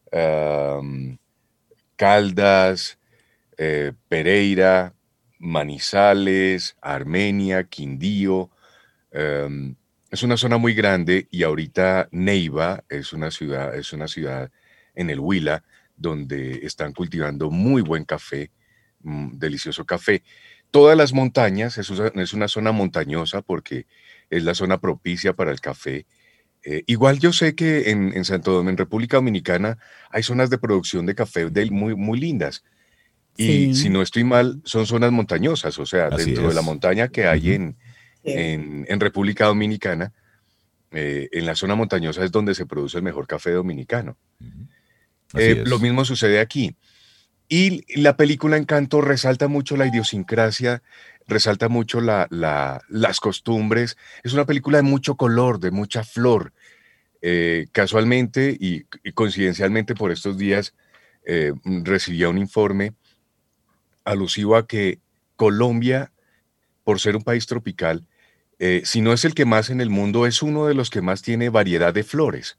[SPEAKER 9] um, Caldas, eh, Pereira, Manizales, Armenia, Quindío. Um, es una zona muy grande y ahorita Neiva es una ciudad, es una ciudad en el Huila donde están cultivando muy buen café, mmm, delicioso café. Todas las montañas, es una, es una zona montañosa porque es la zona propicia para el café. Eh, igual yo sé que en, en Santo Domingo, en República Dominicana, hay zonas de producción de café de, muy, muy lindas. Y sí. si no estoy mal, son zonas montañosas, o sea, Así dentro es. de la montaña que hay uh-huh. en, sí. en, en República Dominicana, eh, en la zona montañosa es donde se produce el mejor café dominicano. Uh-huh. Eh, lo mismo sucede aquí. Y la película Encanto resalta mucho la idiosincrasia, resalta mucho la, la, las costumbres. Es una película de mucho color, de mucha flor. Eh, casualmente y, y coincidencialmente por estos días eh, recibía un informe alusivo a que Colombia, por ser un país tropical, eh, si no es el que más en el mundo, es uno de los que más tiene variedad de flores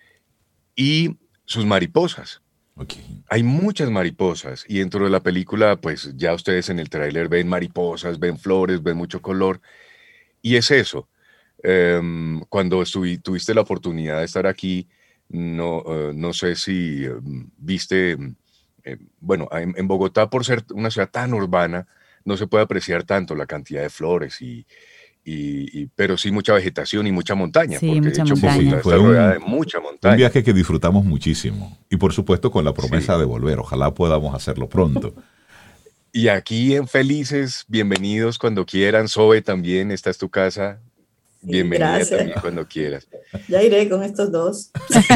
[SPEAKER 9] y sus mariposas. Okay. Hay muchas mariposas y dentro de la película, pues ya ustedes en el tráiler ven mariposas, ven flores, ven mucho color y es eso. Um, cuando estuvi, tuviste la oportunidad de estar aquí, no, uh, no sé si um, viste... Eh, bueno, en, en Bogotá, por ser una ciudad tan urbana, no se puede apreciar tanto la cantidad de flores, y, y, y, pero sí mucha vegetación y mucha montaña.
[SPEAKER 3] Sí,
[SPEAKER 9] porque
[SPEAKER 3] mucha
[SPEAKER 9] de hecho
[SPEAKER 3] montaña.
[SPEAKER 9] Bogotá está rodeada de mucha montaña.
[SPEAKER 1] Un viaje que disfrutamos muchísimo y por supuesto con la promesa sí. de volver. Ojalá podamos hacerlo pronto.
[SPEAKER 9] Y aquí en Felices, bienvenidos cuando quieran. Zoe también, esta es tu casa. Bienvenida Gracias. también cuando quieras.
[SPEAKER 2] Ya iré con estos dos.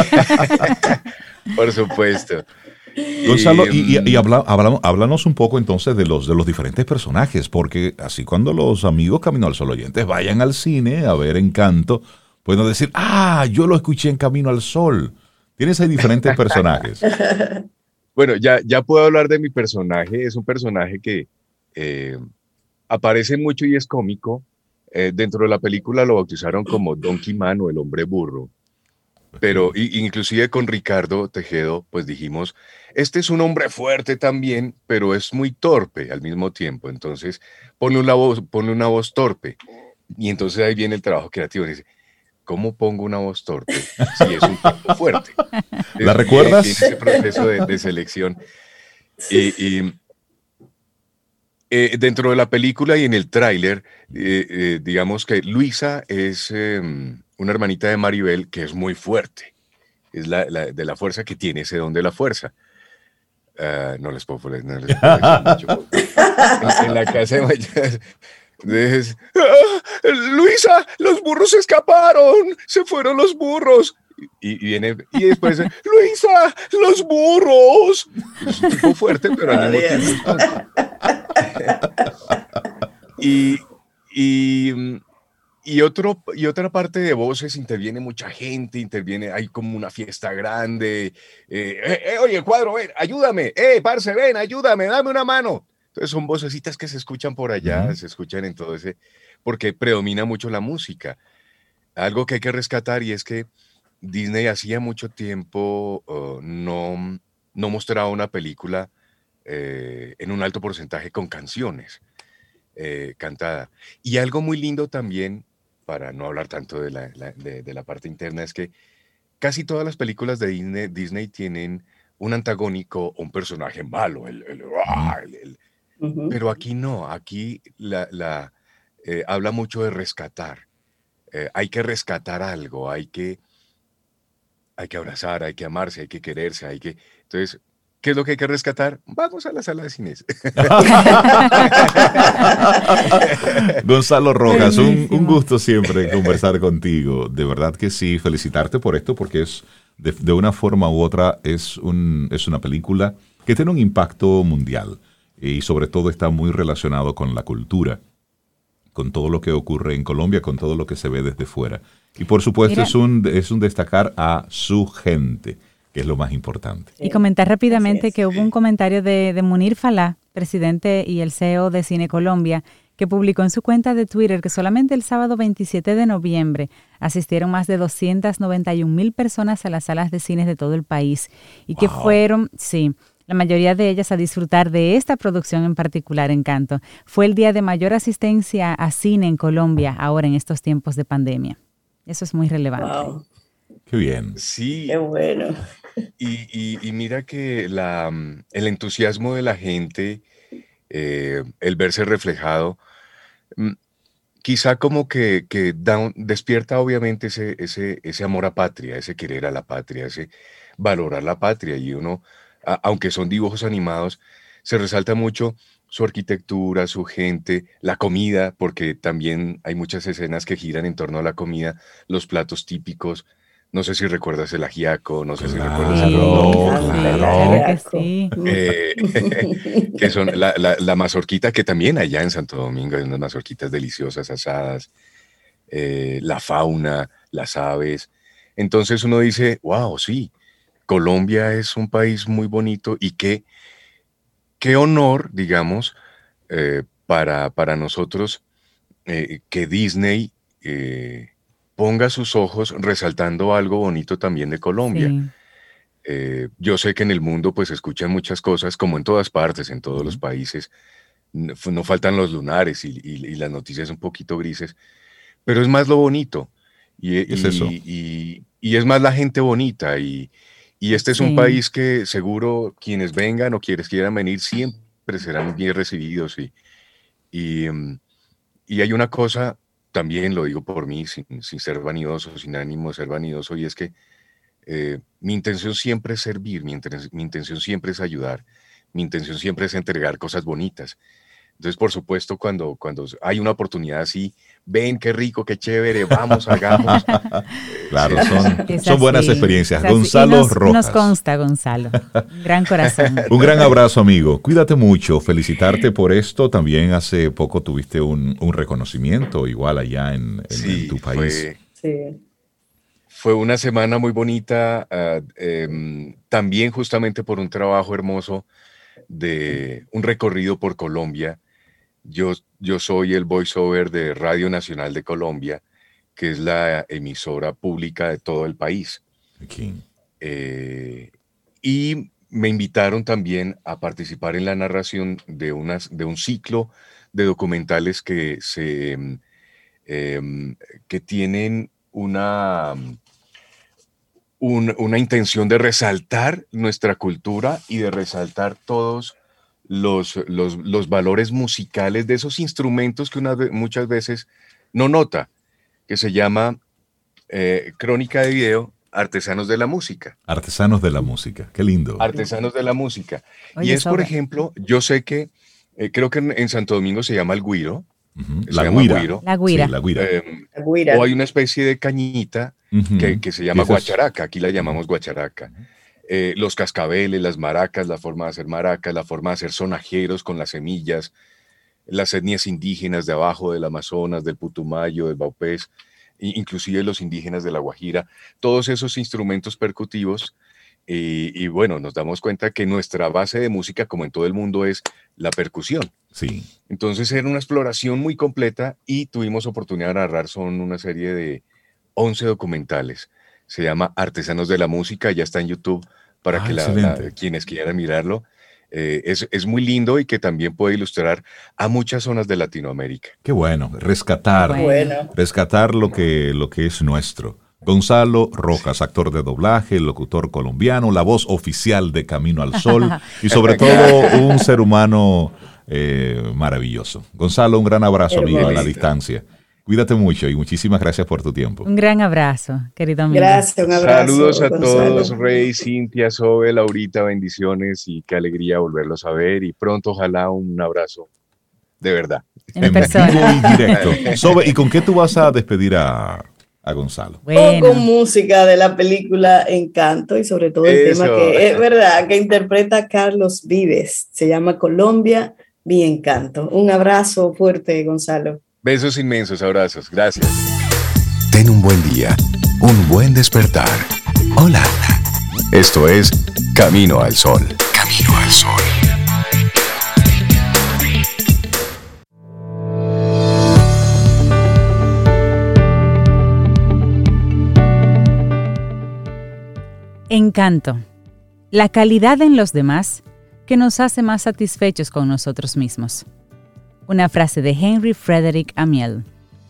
[SPEAKER 9] Por supuesto.
[SPEAKER 1] Gonzalo, y, y, y habla, habla, háblanos un poco entonces de los, de los diferentes personajes, porque así cuando los amigos Camino al Sol oyentes vayan al cine a ver Encanto, pueden decir, ah, yo lo escuché en Camino al Sol. Tienes ahí diferentes personajes.
[SPEAKER 9] Bueno, ya, ya puedo hablar de mi personaje. Es un personaje que eh, aparece mucho y es cómico. Eh, dentro de la película lo bautizaron como Donkey Man o el hombre burro. Pero y, inclusive con Ricardo Tejedo, pues dijimos, este es un hombre fuerte también, pero es muy torpe al mismo tiempo. Entonces, ponle una voz, ponle una voz torpe. Y entonces ahí viene el trabajo creativo. Dice, ¿cómo pongo una voz torpe si es un tanto fuerte?
[SPEAKER 1] ¿La es, recuerdas?
[SPEAKER 9] En ese proceso de, de selección. Y, y eh, dentro de la película y en el tráiler, eh, eh, digamos que Luisa es eh, una hermanita de Maribel que es muy fuerte. Es la, la, de la fuerza que tiene ese don de la fuerza. Uh, no les puedo, no les puedo decir mucho. En, en la casa de Mayas. Entonces, ¡ah! Luisa, los burros se escaparon, se fueron los burros. Y, y viene, y después, Luisa, los burros. Es un tipo fuerte, pero al mismo tiempo. y, y, y, otro, y otra parte de voces interviene mucha gente, interviene, hay como una fiesta grande. Eh, eh, eh, oye, Cuadro, ven, ayúdame. Eh, parce, ven, ayúdame, dame una mano. Entonces son vocecitas que se escuchan por allá, uh-huh. se escuchan en todo ese, porque predomina mucho la música. Algo que hay que rescatar y es que Disney hacía mucho tiempo uh, no, no mostraba una película eh, en un alto porcentaje con canciones eh, cantadas. Y algo muy lindo también, para no hablar tanto de la, la, de, de la parte interna, es que casi todas las películas de Disney, Disney tienen un antagónico o un personaje malo, el, el, el, el Uh-huh. Pero aquí no, aquí la, la, eh, habla mucho de rescatar. Eh, hay que rescatar algo, hay que, hay que abrazar, hay que amarse, hay que quererse, hay que... Entonces, ¿qué es lo que hay que rescatar? Vamos a la sala de cines.
[SPEAKER 1] Gonzalo Rojas, un, un gusto siempre conversar contigo. De verdad que sí, felicitarte por esto porque es de, de una forma u otra es, un, es una película que tiene un impacto mundial. Y sobre todo está muy relacionado con la cultura, con todo lo que ocurre en Colombia, con todo lo que se ve desde fuera. Y por supuesto es un, es un destacar a su gente, que es lo más importante.
[SPEAKER 3] Y comentar rápidamente que hubo un comentario de, de Munir Falá, presidente y el C E O de Cine Colombia, que publicó en su cuenta de Twitter que solamente el sábado veintisiete de noviembre asistieron más de doscientas noventa y un mil personas a las salas de cines de todo el país y wow. que fueron, sí, la mayoría de ellas a disfrutar de esta producción en particular, Encanto. Fue el día de mayor asistencia a cine en Colombia ahora en estos tiempos de pandemia. Eso es muy relevante.
[SPEAKER 2] Wow.
[SPEAKER 1] Qué bien.
[SPEAKER 9] Sí.
[SPEAKER 2] Qué bueno.
[SPEAKER 9] Y, y, y mira que la, el entusiasmo de la gente, eh, el verse reflejado, quizá como que, que da, despierta obviamente ese, ese, ese amor a patria, ese querer a la patria, ese valorar la patria. Y uno... aunque son dibujos animados, se resalta mucho su arquitectura, su gente, la comida, porque también hay muchas escenas que giran en torno a la comida, los platos típicos. No sé si recuerdas el ajiaco, no sé claro, si recuerdas el
[SPEAKER 3] rodo. Claro que sí.
[SPEAKER 9] Eh, que son la, la, la mazorquita, que también allá en Santo Domingo hay unas mazorquitas deliciosas asadas, eh, la fauna, las aves. Entonces uno dice, wow, sí. Colombia es un país muy bonito y qué, qué honor, digamos, eh, para, para nosotros eh, que Disney eh, ponga sus ojos resaltando algo bonito también de Colombia. Sí. Eh, yo sé que en el mundo pues escuchan muchas cosas, como en todas partes, en todos uh-huh. los países. No, no faltan los lunares y, y, y las noticias un poquito grises, pero es más lo bonito. Y,
[SPEAKER 1] es
[SPEAKER 9] y,
[SPEAKER 1] eso.
[SPEAKER 9] Y, y es más la gente bonita y Y este es sí. un país que seguro quienes vengan o quienes quieran venir siempre serán bien recibidos. Y, y, y hay una cosa, también lo digo por mí, sin, sin ser vanidoso, sin ánimo de ser vanidoso, y es que eh, mi intención siempre es servir, mi, inten- mi intención siempre es ayudar, mi intención siempre es entregar cosas bonitas. Entonces, por supuesto, cuando, cuando hay una oportunidad así, ven, qué rico, qué chévere, vamos, hagamos.
[SPEAKER 1] Claro, son, son buenas experiencias. Gonzalo
[SPEAKER 3] nos,
[SPEAKER 1] Rojas.
[SPEAKER 3] Nos consta, Gonzalo. Gran corazón.
[SPEAKER 1] Un gran abrazo, amigo. Cuídate mucho. Felicitarte por esto. También hace poco tuviste un, un reconocimiento igual allá en, en,
[SPEAKER 9] sí,
[SPEAKER 1] en tu país.
[SPEAKER 9] Fue,
[SPEAKER 2] sí.
[SPEAKER 9] Fue una semana muy bonita, uh, eh, también justamente por un trabajo hermoso de un recorrido por Colombia. Yo, yo soy el voiceover de Radio Nacional de Colombia, que es la emisora pública de todo el país.
[SPEAKER 1] Okay.
[SPEAKER 9] Eh, y me invitaron también a participar en la narración de, unas, de un ciclo de documentales que, se, eh, que tienen una, un, una intención de resaltar nuestra cultura y de resaltar todos los, los, los valores musicales de esos instrumentos que una, muchas veces no nota, que se llama eh, Crónica de Video, Artesanos de la Música.
[SPEAKER 1] Artesanos de la Música, qué lindo.
[SPEAKER 9] Artesanos de la Música.
[SPEAKER 3] Oye,
[SPEAKER 9] y es,
[SPEAKER 3] sobre.
[SPEAKER 9] por ejemplo, yo sé que, eh, creo que en, en Santo Domingo se llama el güiro.
[SPEAKER 1] Uh-huh.
[SPEAKER 9] Se
[SPEAKER 1] La
[SPEAKER 9] llama
[SPEAKER 1] guira.
[SPEAKER 9] güiro.
[SPEAKER 3] La guira.
[SPEAKER 1] Sí, la guira.
[SPEAKER 9] Eh,
[SPEAKER 2] La guira.
[SPEAKER 9] O hay una especie de cañita
[SPEAKER 1] Uh-huh.
[SPEAKER 9] que, que se llama
[SPEAKER 1] Esa es-
[SPEAKER 9] guacharaca, aquí la llamamos guacharaca. Eh, los cascabeles, las maracas, la forma de hacer maracas, la forma de hacer sonajeros con las semillas, las etnias indígenas de abajo del Amazonas, del Putumayo, del Baupés, e inclusive los indígenas de La Guajira, todos esos instrumentos percutivos. Y, y bueno, nos damos cuenta que nuestra base de música, como en todo el mundo, es la percusión.
[SPEAKER 1] Sí.
[SPEAKER 9] Entonces era una exploración muy completa y tuvimos oportunidad de narrar, son una serie de once documentales. Se llama Artesanos de la Música, ya está en YouTube para
[SPEAKER 1] Ah,
[SPEAKER 9] que la,
[SPEAKER 1] excelente.
[SPEAKER 9] la- quienes quieran mirarlo. Eh, es, es muy lindo y que también puede ilustrar a muchas zonas de Latinoamérica.
[SPEAKER 1] Qué bueno, rescatar,
[SPEAKER 3] Bueno.
[SPEAKER 2] Bueno,
[SPEAKER 1] rescatar lo que, lo que es nuestro. Gonzalo Rojas, actor de doblaje, locutor colombiano, la voz oficial de Camino al Sol y sobre todo un ser humano eh, maravilloso. Gonzalo, un gran abrazo, amigo, a la
[SPEAKER 2] Hermoso.
[SPEAKER 1] distancia. Cuídate mucho y muchísimas gracias por tu tiempo.
[SPEAKER 3] Un gran abrazo, querido amigo.
[SPEAKER 2] gracias, un abrazo.
[SPEAKER 9] Saludos a
[SPEAKER 2] Gonzalo.
[SPEAKER 9] todos, Rey, Cintia, Sobe, Laurita, bendiciones y qué alegría volverlos a ver y pronto ojalá un abrazo de verdad.
[SPEAKER 3] En persona.
[SPEAKER 1] vivo y directo. Sobe, ¿y con qué tú vas a despedir a, a Gonzalo?
[SPEAKER 2] O
[SPEAKER 3] Bueno,
[SPEAKER 2] con música de la película Encanto y sobre todo el
[SPEAKER 9] Eso.
[SPEAKER 2] tema que es verdad que interpreta Carlos Vives. Se llama Colombia, mi encanto. Un abrazo fuerte, Gonzalo.
[SPEAKER 9] Besos inmensos, abrazos, gracias.
[SPEAKER 8] Ten un buen día, un buen despertar. Hola. Esto es Camino al Sol. Camino al Sol.
[SPEAKER 3] encanto. La calidad en los demás que nos hace más satisfechos con nosotros mismos. Una frase de Henry Frederick Amiel.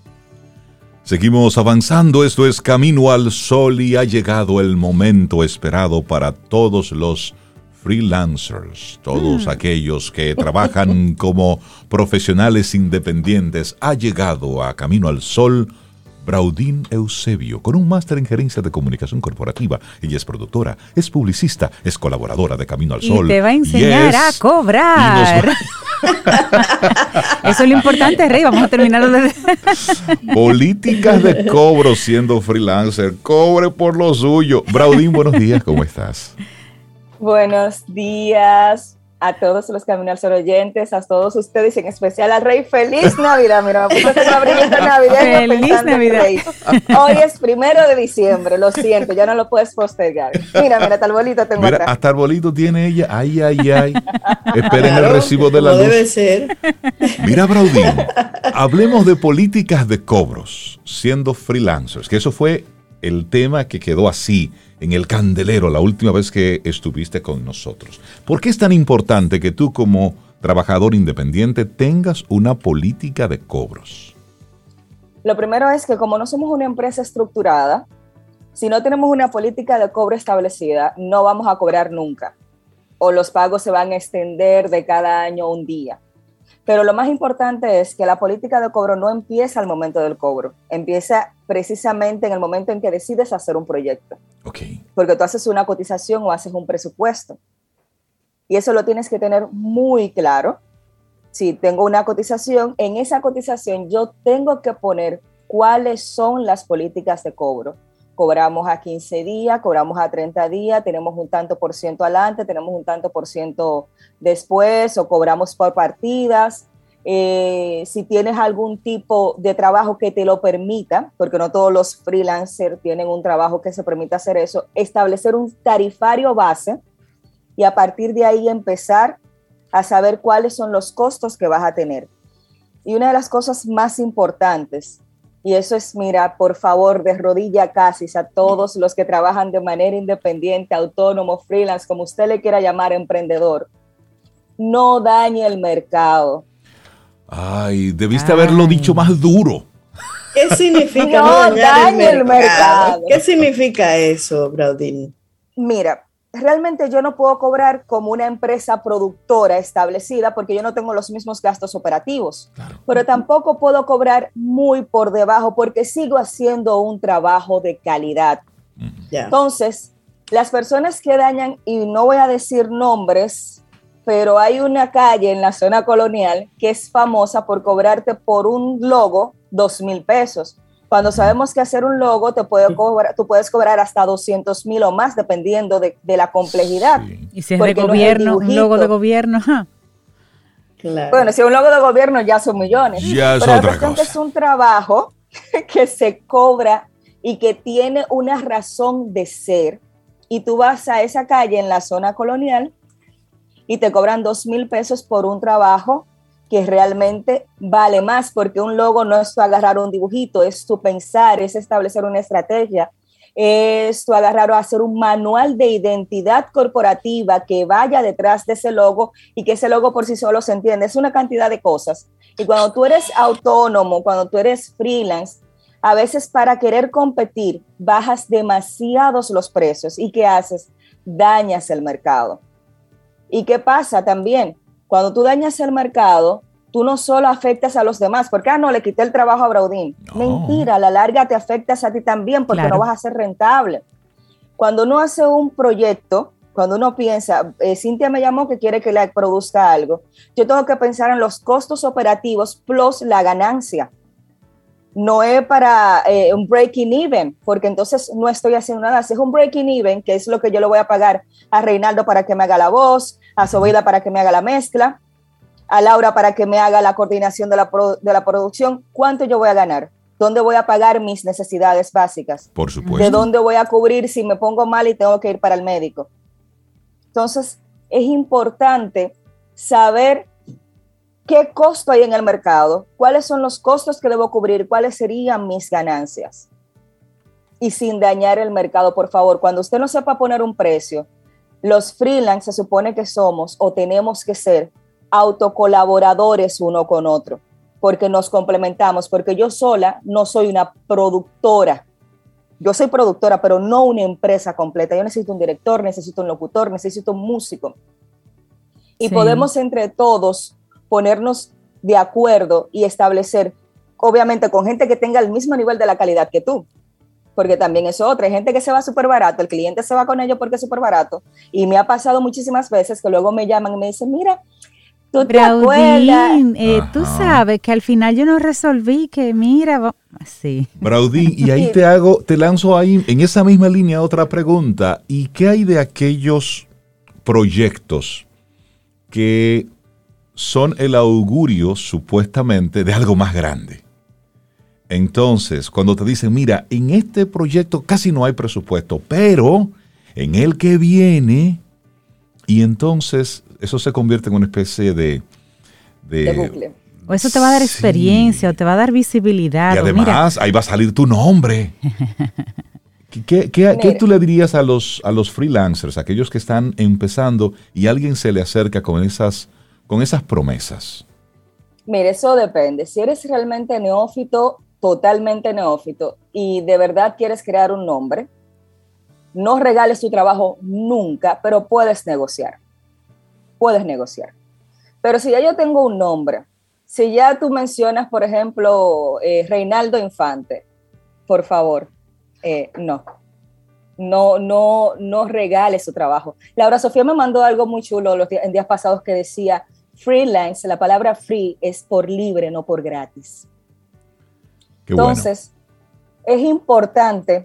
[SPEAKER 1] Seguimos avanzando, esto es Camino al Sol y ha llegado el momento esperado para todos los freelancers, todos
[SPEAKER 3] Mm.
[SPEAKER 1] aquellos que trabajan como profesionales independientes. Ha llegado a Camino al Sol Braudín Eusebio, con un máster en gerencia de comunicación corporativa. Ella es productora, es publicista, es colaboradora de Camino al Sol.
[SPEAKER 3] Y te va a enseñar
[SPEAKER 1] Yes.
[SPEAKER 3] a cobrar.
[SPEAKER 1] Y nos
[SPEAKER 3] Eso es lo importante, Rey. Vamos a terminar de...
[SPEAKER 1] Políticas de cobro siendo freelancer. Cobre por lo suyo. Braudín, buenos días, ¿cómo estás?
[SPEAKER 10] Buenos días a todos los Camino al Sol oyentes, a todos ustedes, en especial al Rey. ¡Feliz Navidad! Mira, me puse a hacer una brillante Navidad.
[SPEAKER 3] ¡Feliz Navidad!
[SPEAKER 10] Hoy es primero de diciembre, lo siento, ya no lo puedes postergar. Mira, mira, tal bolito tengo
[SPEAKER 1] Mira,
[SPEAKER 10] acá.
[SPEAKER 1] hasta arbolito tiene ella. Ay, ay, ay. Esperen
[SPEAKER 2] Claro,
[SPEAKER 1] el recibo de la
[SPEAKER 2] como
[SPEAKER 1] luz.
[SPEAKER 2] debe ser.
[SPEAKER 1] Mira, Braudín, hablemos de políticas de cobros siendo freelancers, que eso fue el tema que quedó así en el candelero la última vez que estuviste con nosotros. ¿Por qué es tan importante que tú como trabajador independiente tengas una política de cobros?
[SPEAKER 10] Lo primero es que como no somos una empresa estructurada, si no tenemos una política de cobro establecida, no vamos a cobrar nunca. O los pagos se van a extender de cada año un día. Pero lo más importante es que la política de cobro no empieza al momento del cobro, empieza precisamente en el momento en que decides hacer un proyecto.
[SPEAKER 1] Okay.
[SPEAKER 10] Porque tú haces una cotización o haces un presupuesto. Y eso lo tienes que tener muy claro. Si tengo una cotización, en esa cotización yo tengo que poner cuáles son las políticas de cobro. Cobramos a quince días, cobramos a treinta días, tenemos un tanto por ciento adelante, tenemos un tanto por ciento después, o cobramos por partidas. Eh, si tienes algún tipo de trabajo que te lo permita, porque no todos los freelancers tienen un trabajo que se permita hacer eso, establecer un tarifario base y a partir de ahí empezar a saber cuáles son los costos que vas a tener. Y una de las cosas más importantes, y eso es, mira, por favor, de rodilla casi a todos los que trabajan de manera independiente, autónomo, freelance, como usted le quiera llamar, emprendedor, no dañe el mercado.
[SPEAKER 1] Ay, debiste Ay. haberlo dicho más duro.
[SPEAKER 2] ¿Qué significa
[SPEAKER 10] no,
[SPEAKER 2] no dañar
[SPEAKER 10] dañe
[SPEAKER 2] el,
[SPEAKER 10] el
[SPEAKER 2] mercado?
[SPEAKER 10] mercado?
[SPEAKER 2] ¿Qué significa eso, Braudín?
[SPEAKER 10] Mira, realmente yo no puedo cobrar como una empresa productora establecida porque yo no tengo los mismos gastos operativos, claro. Pero tampoco puedo cobrar muy por debajo porque sigo haciendo un trabajo de calidad. Yeah. Entonces, las personas que dañan, y no voy a decir nombres, pero hay una calle en la zona colonial que es famosa por cobrarte por un logo dos mil pesos. Cuando sabemos que hacer un logo te puede cobrar, tú puedes cobrar hasta doscientos mil o más dependiendo de, de la complejidad.
[SPEAKER 3] Sí. Y si es de gobierno, no es un logo de gobierno, ¿ja?
[SPEAKER 10] Claro. Bueno, si es un logo de gobierno ya son millones.
[SPEAKER 1] Ya es
[SPEAKER 10] pero
[SPEAKER 1] otra
[SPEAKER 10] la
[SPEAKER 1] cosa.
[SPEAKER 10] Es un trabajo que se cobra y que tiene una razón de ser. Y tú vas a esa calle en la zona colonial y te cobran dos mil pesos por un trabajo que realmente vale más, porque un logo no es tu agarrar un dibujito, es tu pensar, es establecer una estrategia, es tu agarrar o hacer un manual de identidad corporativa que vaya detrás de ese logo y que ese logo por sí solo se entiende. Es una cantidad de cosas. Y cuando tú eres autónomo, cuando tú eres freelance, a veces para querer competir bajas demasiados los precios. ¿Y qué haces? Dañas el mercado. ¿Y qué pasa también? Cuando tú dañas el mercado, tú no solo afectas a los demás, porque, ah, no, le quité el trabajo a Braudín. No. Mentira, a la larga te afectas a ti también, porque claro. No vas a ser rentable. Cuando uno hace un proyecto, cuando uno piensa, eh, Cintia me llamó que quiere que le produzca algo, yo tengo que pensar en los costos operativos plus la ganancia. No es para eh, un breaking even, porque entonces no estoy haciendo nada. Si es un breaking even, que es lo que yo le voy a pagar a Reinaldo para que me haga la voz, a Sobeida para que me haga la mezcla, a Laura para que me haga la coordinación de la, pro, de la producción, ¿cuánto yo voy a ganar? ¿Dónde voy a pagar mis necesidades básicas?
[SPEAKER 1] Por supuesto.
[SPEAKER 10] ¿De dónde voy a cubrir si me pongo mal y tengo que ir para el médico? Entonces, es importante saber qué costo hay en el mercado, cuáles son los costos que debo cubrir, cuáles serían mis ganancias. Y sin dañar el mercado, por favor, cuando usted no sepa poner un precio, los freelance se supone que somos o tenemos que ser autocolaboradores uno con otro, porque nos complementamos, porque yo sola no soy una productora. Yo soy productora, pero no una empresa completa. Yo necesito un director, necesito un locutor, necesito un músico. Y sí. Podemos entre todos ponernos de acuerdo y establecer, obviamente con gente que tenga el mismo nivel de la calidad que tú, porque también es otra, hay gente que se va súper barato, el cliente se va con ellos porque es súper barato, y me ha pasado muchísimas veces que luego me llaman y me dicen, mira, tú te acuerdas.
[SPEAKER 3] Eh, tú sabes que al final yo no resolví, que mira, sí.
[SPEAKER 1] Braudín, y ahí te hago, te lanzo ahí, en esa misma línea otra pregunta, ¿y qué hay de aquellos proyectos que son el augurio, supuestamente, de algo más grande? Entonces, cuando te dicen, mira, en este proyecto casi no hay presupuesto, pero en el que viene, y entonces eso se convierte en una especie de...
[SPEAKER 10] De, de bucle.
[SPEAKER 3] O eso te va a dar experiencia, sí. O te va a dar visibilidad.
[SPEAKER 1] Y además, mira, ahí va a salir tu nombre. ¿Qué, qué, ¿Qué tú le dirías a los, a los freelancers, aquellos que están empezando y alguien se le acerca con esas, con esas promesas?
[SPEAKER 10] Mire, eso depende. Si eres realmente neófito, totalmente neófito, y de verdad quieres crear un nombre, no regales tu trabajo nunca, pero puedes negociar. Puedes negociar. Pero si ya yo tengo un nombre, si ya tú mencionas, por ejemplo, eh, Reinaldo Infante, por favor, eh, no. No, no, no regales su trabajo. Laura Sofía me mandó algo muy chulo los días, en días pasados que decía, freelance, la palabra free es por libre, no por gratis.
[SPEAKER 1] Qué
[SPEAKER 10] Entonces, bueno. Es importante,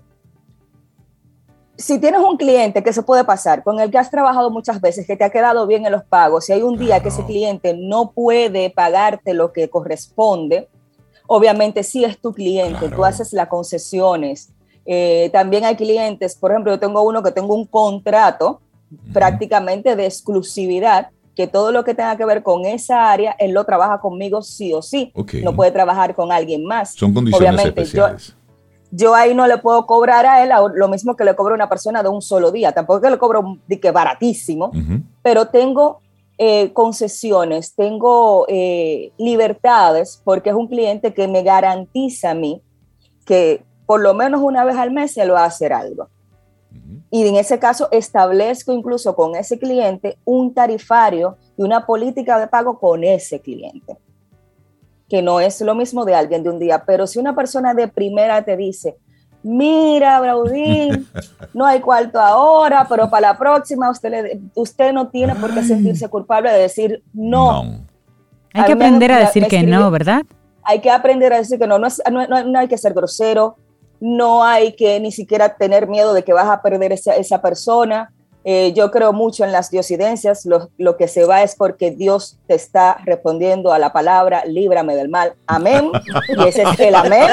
[SPEAKER 10] si tienes un cliente que se puede pasar, con el que has trabajado muchas veces, que te ha quedado bien en los pagos, si hay un día claro. que ese cliente no puede pagarte lo que corresponde, obviamente sí es tu cliente, claro. Tú haces las concesiones. Eh, también hay clientes, por ejemplo, yo tengo uno que tengo un contrato uh-huh. prácticamente de exclusividad, que todo lo que tenga que ver con esa área, él lo trabaja conmigo sí o sí. Okay. No puede trabajar con alguien más.
[SPEAKER 1] Son condiciones Obviamente, especiales.
[SPEAKER 10] Yo, yo ahí no le puedo cobrar a él lo mismo que le cobro a una persona de un solo día. Tampoco es que le cobro de que baratísimo, uh-huh. pero tengo eh, concesiones, tengo eh, libertades, porque es un cliente que me garantiza a mí que por lo menos una vez al mes se lo va a hacer algo. Y en ese caso establezco incluso con ese cliente un tarifario y una política de pago con ese cliente, que no es lo mismo de alguien de un día. Pero si una persona de primera te dice, mira, Braudín, no hay cuarto ahora, pero para la próxima usted, le, usted no tiene por qué sentirse culpable de decir no.
[SPEAKER 3] no. Hay que aprender me, a decir que escribí, no, ¿verdad?
[SPEAKER 10] Hay que aprender a decir que no. No, es, no, no, no hay que ser grosero, no hay que ni siquiera tener miedo de que vas a perder esa, esa persona. Eh, yo creo mucho en las diosidencias. Lo, lo que se va es porque Dios te está respondiendo a la palabra, líbrame del mal. Amén. Y ese es el amén.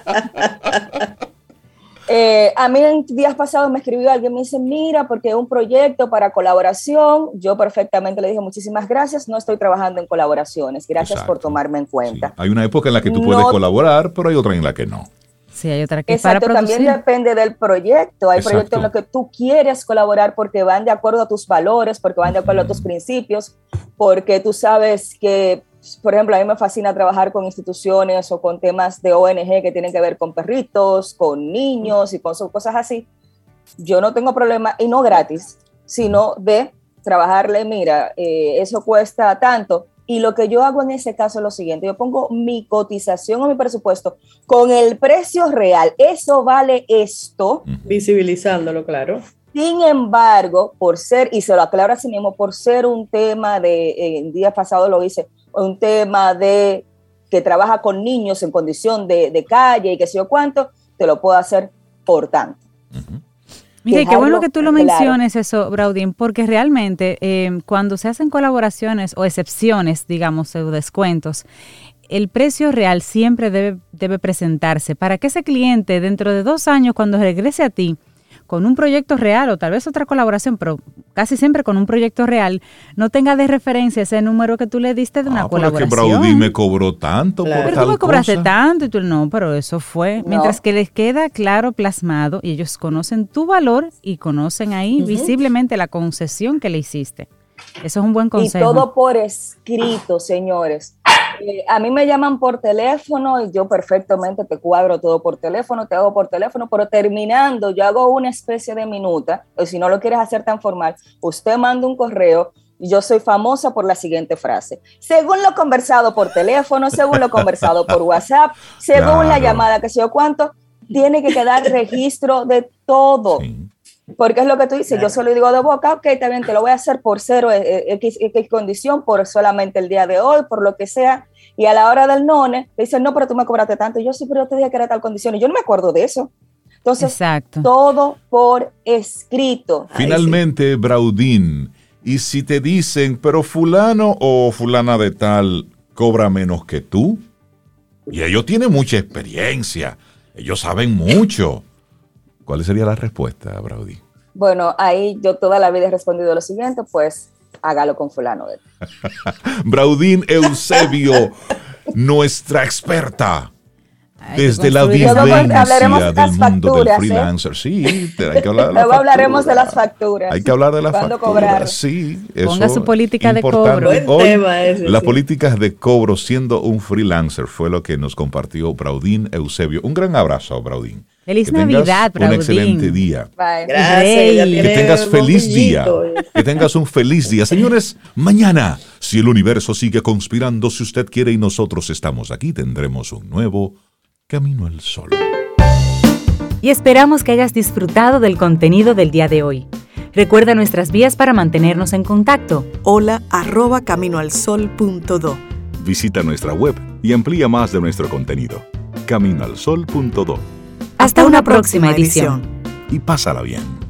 [SPEAKER 10] Eh, a mí en días pasados me escribió alguien, me dice, mira, porque un proyecto para colaboración. Yo perfectamente le dije, muchísimas gracias, no estoy trabajando en colaboraciones. Gracias Exacto. por tomarme en cuenta.
[SPEAKER 1] Sí. Hay una época en la que tú no, puedes colaborar, pero hay otra en la que no.
[SPEAKER 3] Sí, hay otra que
[SPEAKER 10] Exacto,
[SPEAKER 3] para producir.
[SPEAKER 10] También depende del proyecto. Hay
[SPEAKER 1] Exacto.
[SPEAKER 10] proyectos en los que tú quieres colaborar porque van de acuerdo a tus valores, porque van de acuerdo a tus principios, porque tú sabes que, por ejemplo, a mí me fascina trabajar con instituciones o con temas de O N G que tienen que ver con perritos, con niños y con cosas así. Yo no tengo problema, y no gratis, sino de trabajarle, mira, eh, eso cuesta tanto. Y lo que yo hago en ese caso es lo siguiente, yo pongo mi cotización o mi presupuesto con el precio real, eso vale esto.
[SPEAKER 2] Visibilizándolo, claro.
[SPEAKER 10] Sin embargo, por ser, y se lo aclaro a sí mismo, por ser un tema de, en días pasados lo hice, un tema de que trabaja con niños en condición de, de calle y qué sé yo cuánto, te lo puedo hacer por tanto.
[SPEAKER 3] Uh-huh. Mire, qué bueno que tú lo menciones claro. eso, Braudín, porque realmente eh, cuando se hacen colaboraciones o excepciones, digamos, o descuentos, el precio real siempre debe, debe presentarse para que ese cliente dentro de dos años, cuando regrese a ti, con un proyecto real o tal vez otra colaboración, pero casi siempre con un proyecto real, no tenga de referencia ese número que tú le diste de una
[SPEAKER 1] ah,
[SPEAKER 3] colaboración.
[SPEAKER 1] Pero es que Braudín me cobró tanto claro. por
[SPEAKER 3] Pero
[SPEAKER 1] tal
[SPEAKER 3] tú me cobraste
[SPEAKER 1] cosa.
[SPEAKER 3] tanto y tú no, pero eso fue. No. Mientras que les queda claro, plasmado, y ellos conocen tu valor y conocen ahí uh-huh. visiblemente la concesión que le hiciste. Eso es un buen consejo.
[SPEAKER 10] Y todo por escrito, señores. Eh, a mí me llaman por teléfono y yo perfectamente te cuadro todo por teléfono, te hago por teléfono, pero terminando yo hago una especie de minuta, o si no lo quieres hacer tan formal, usted manda un correo y yo soy famosa por la siguiente frase. Según lo conversado por teléfono, según lo conversado por WhatsApp, según claro. la llamada que sé yo cuánto, tiene que quedar registro de todo. Sí. Porque es lo que tú dices, yo solo digo de boca, ok, está bien, te lo voy a hacer por cero, X, X condición, por solamente el día de hoy, por lo que sea, y a la hora del none, le dicen, no, pero tú me cobraste tanto, y yo sí, pero yo te dije que era tal condición, y yo no me acuerdo de eso. Entonces,
[SPEAKER 3] Exacto.
[SPEAKER 10] todo por escrito.
[SPEAKER 1] Finalmente, sí. Braudín, y si te dicen, pero fulano o fulana de tal cobra menos que tú, y ellos tienen mucha experiencia, ellos saben mucho, ¿cuál sería la respuesta, Braudín?
[SPEAKER 10] Bueno, ahí yo toda la vida he respondido lo siguiente, pues hágalo con fulano.
[SPEAKER 1] Braudín Eusebio, nuestra experta,
[SPEAKER 3] Ay,
[SPEAKER 1] desde la vivencia del mundo facturas, del freelancer. ¿eh? Sí, hay que hablar de
[SPEAKER 10] Luego hablaremos de las facturas.
[SPEAKER 1] Hay que hablar de las facturas.
[SPEAKER 10] Cobrar?
[SPEAKER 1] Sí, eso
[SPEAKER 3] Ponga su política
[SPEAKER 1] importante.
[SPEAKER 3] de cobro.
[SPEAKER 1] Hoy,
[SPEAKER 2] ese,
[SPEAKER 1] las
[SPEAKER 2] sí.
[SPEAKER 1] políticas de cobro siendo un freelancer fue lo que nos compartió Braudín Eusebio. Un gran abrazo, Braudín.
[SPEAKER 3] Feliz que Navidad, Braudín.
[SPEAKER 1] Un excelente día.
[SPEAKER 10] Bye.
[SPEAKER 2] Gracias.
[SPEAKER 1] Que tengas feliz día. Que tengas un feliz día. Señores, mañana, si el universo sigue conspirando, si usted quiere y nosotros estamos aquí, tendremos un nuevo Camino al Sol.
[SPEAKER 4] Y esperamos que hayas disfrutado del contenido del día de hoy. Recuerda nuestras vías para mantenernos en contacto.
[SPEAKER 11] Hola arroba caminoalsol punto do.
[SPEAKER 5] Visita nuestra web y amplía más de nuestro contenido. camino al sol punto do.
[SPEAKER 4] Hasta una próxima edición.
[SPEAKER 5] Y pásala bien.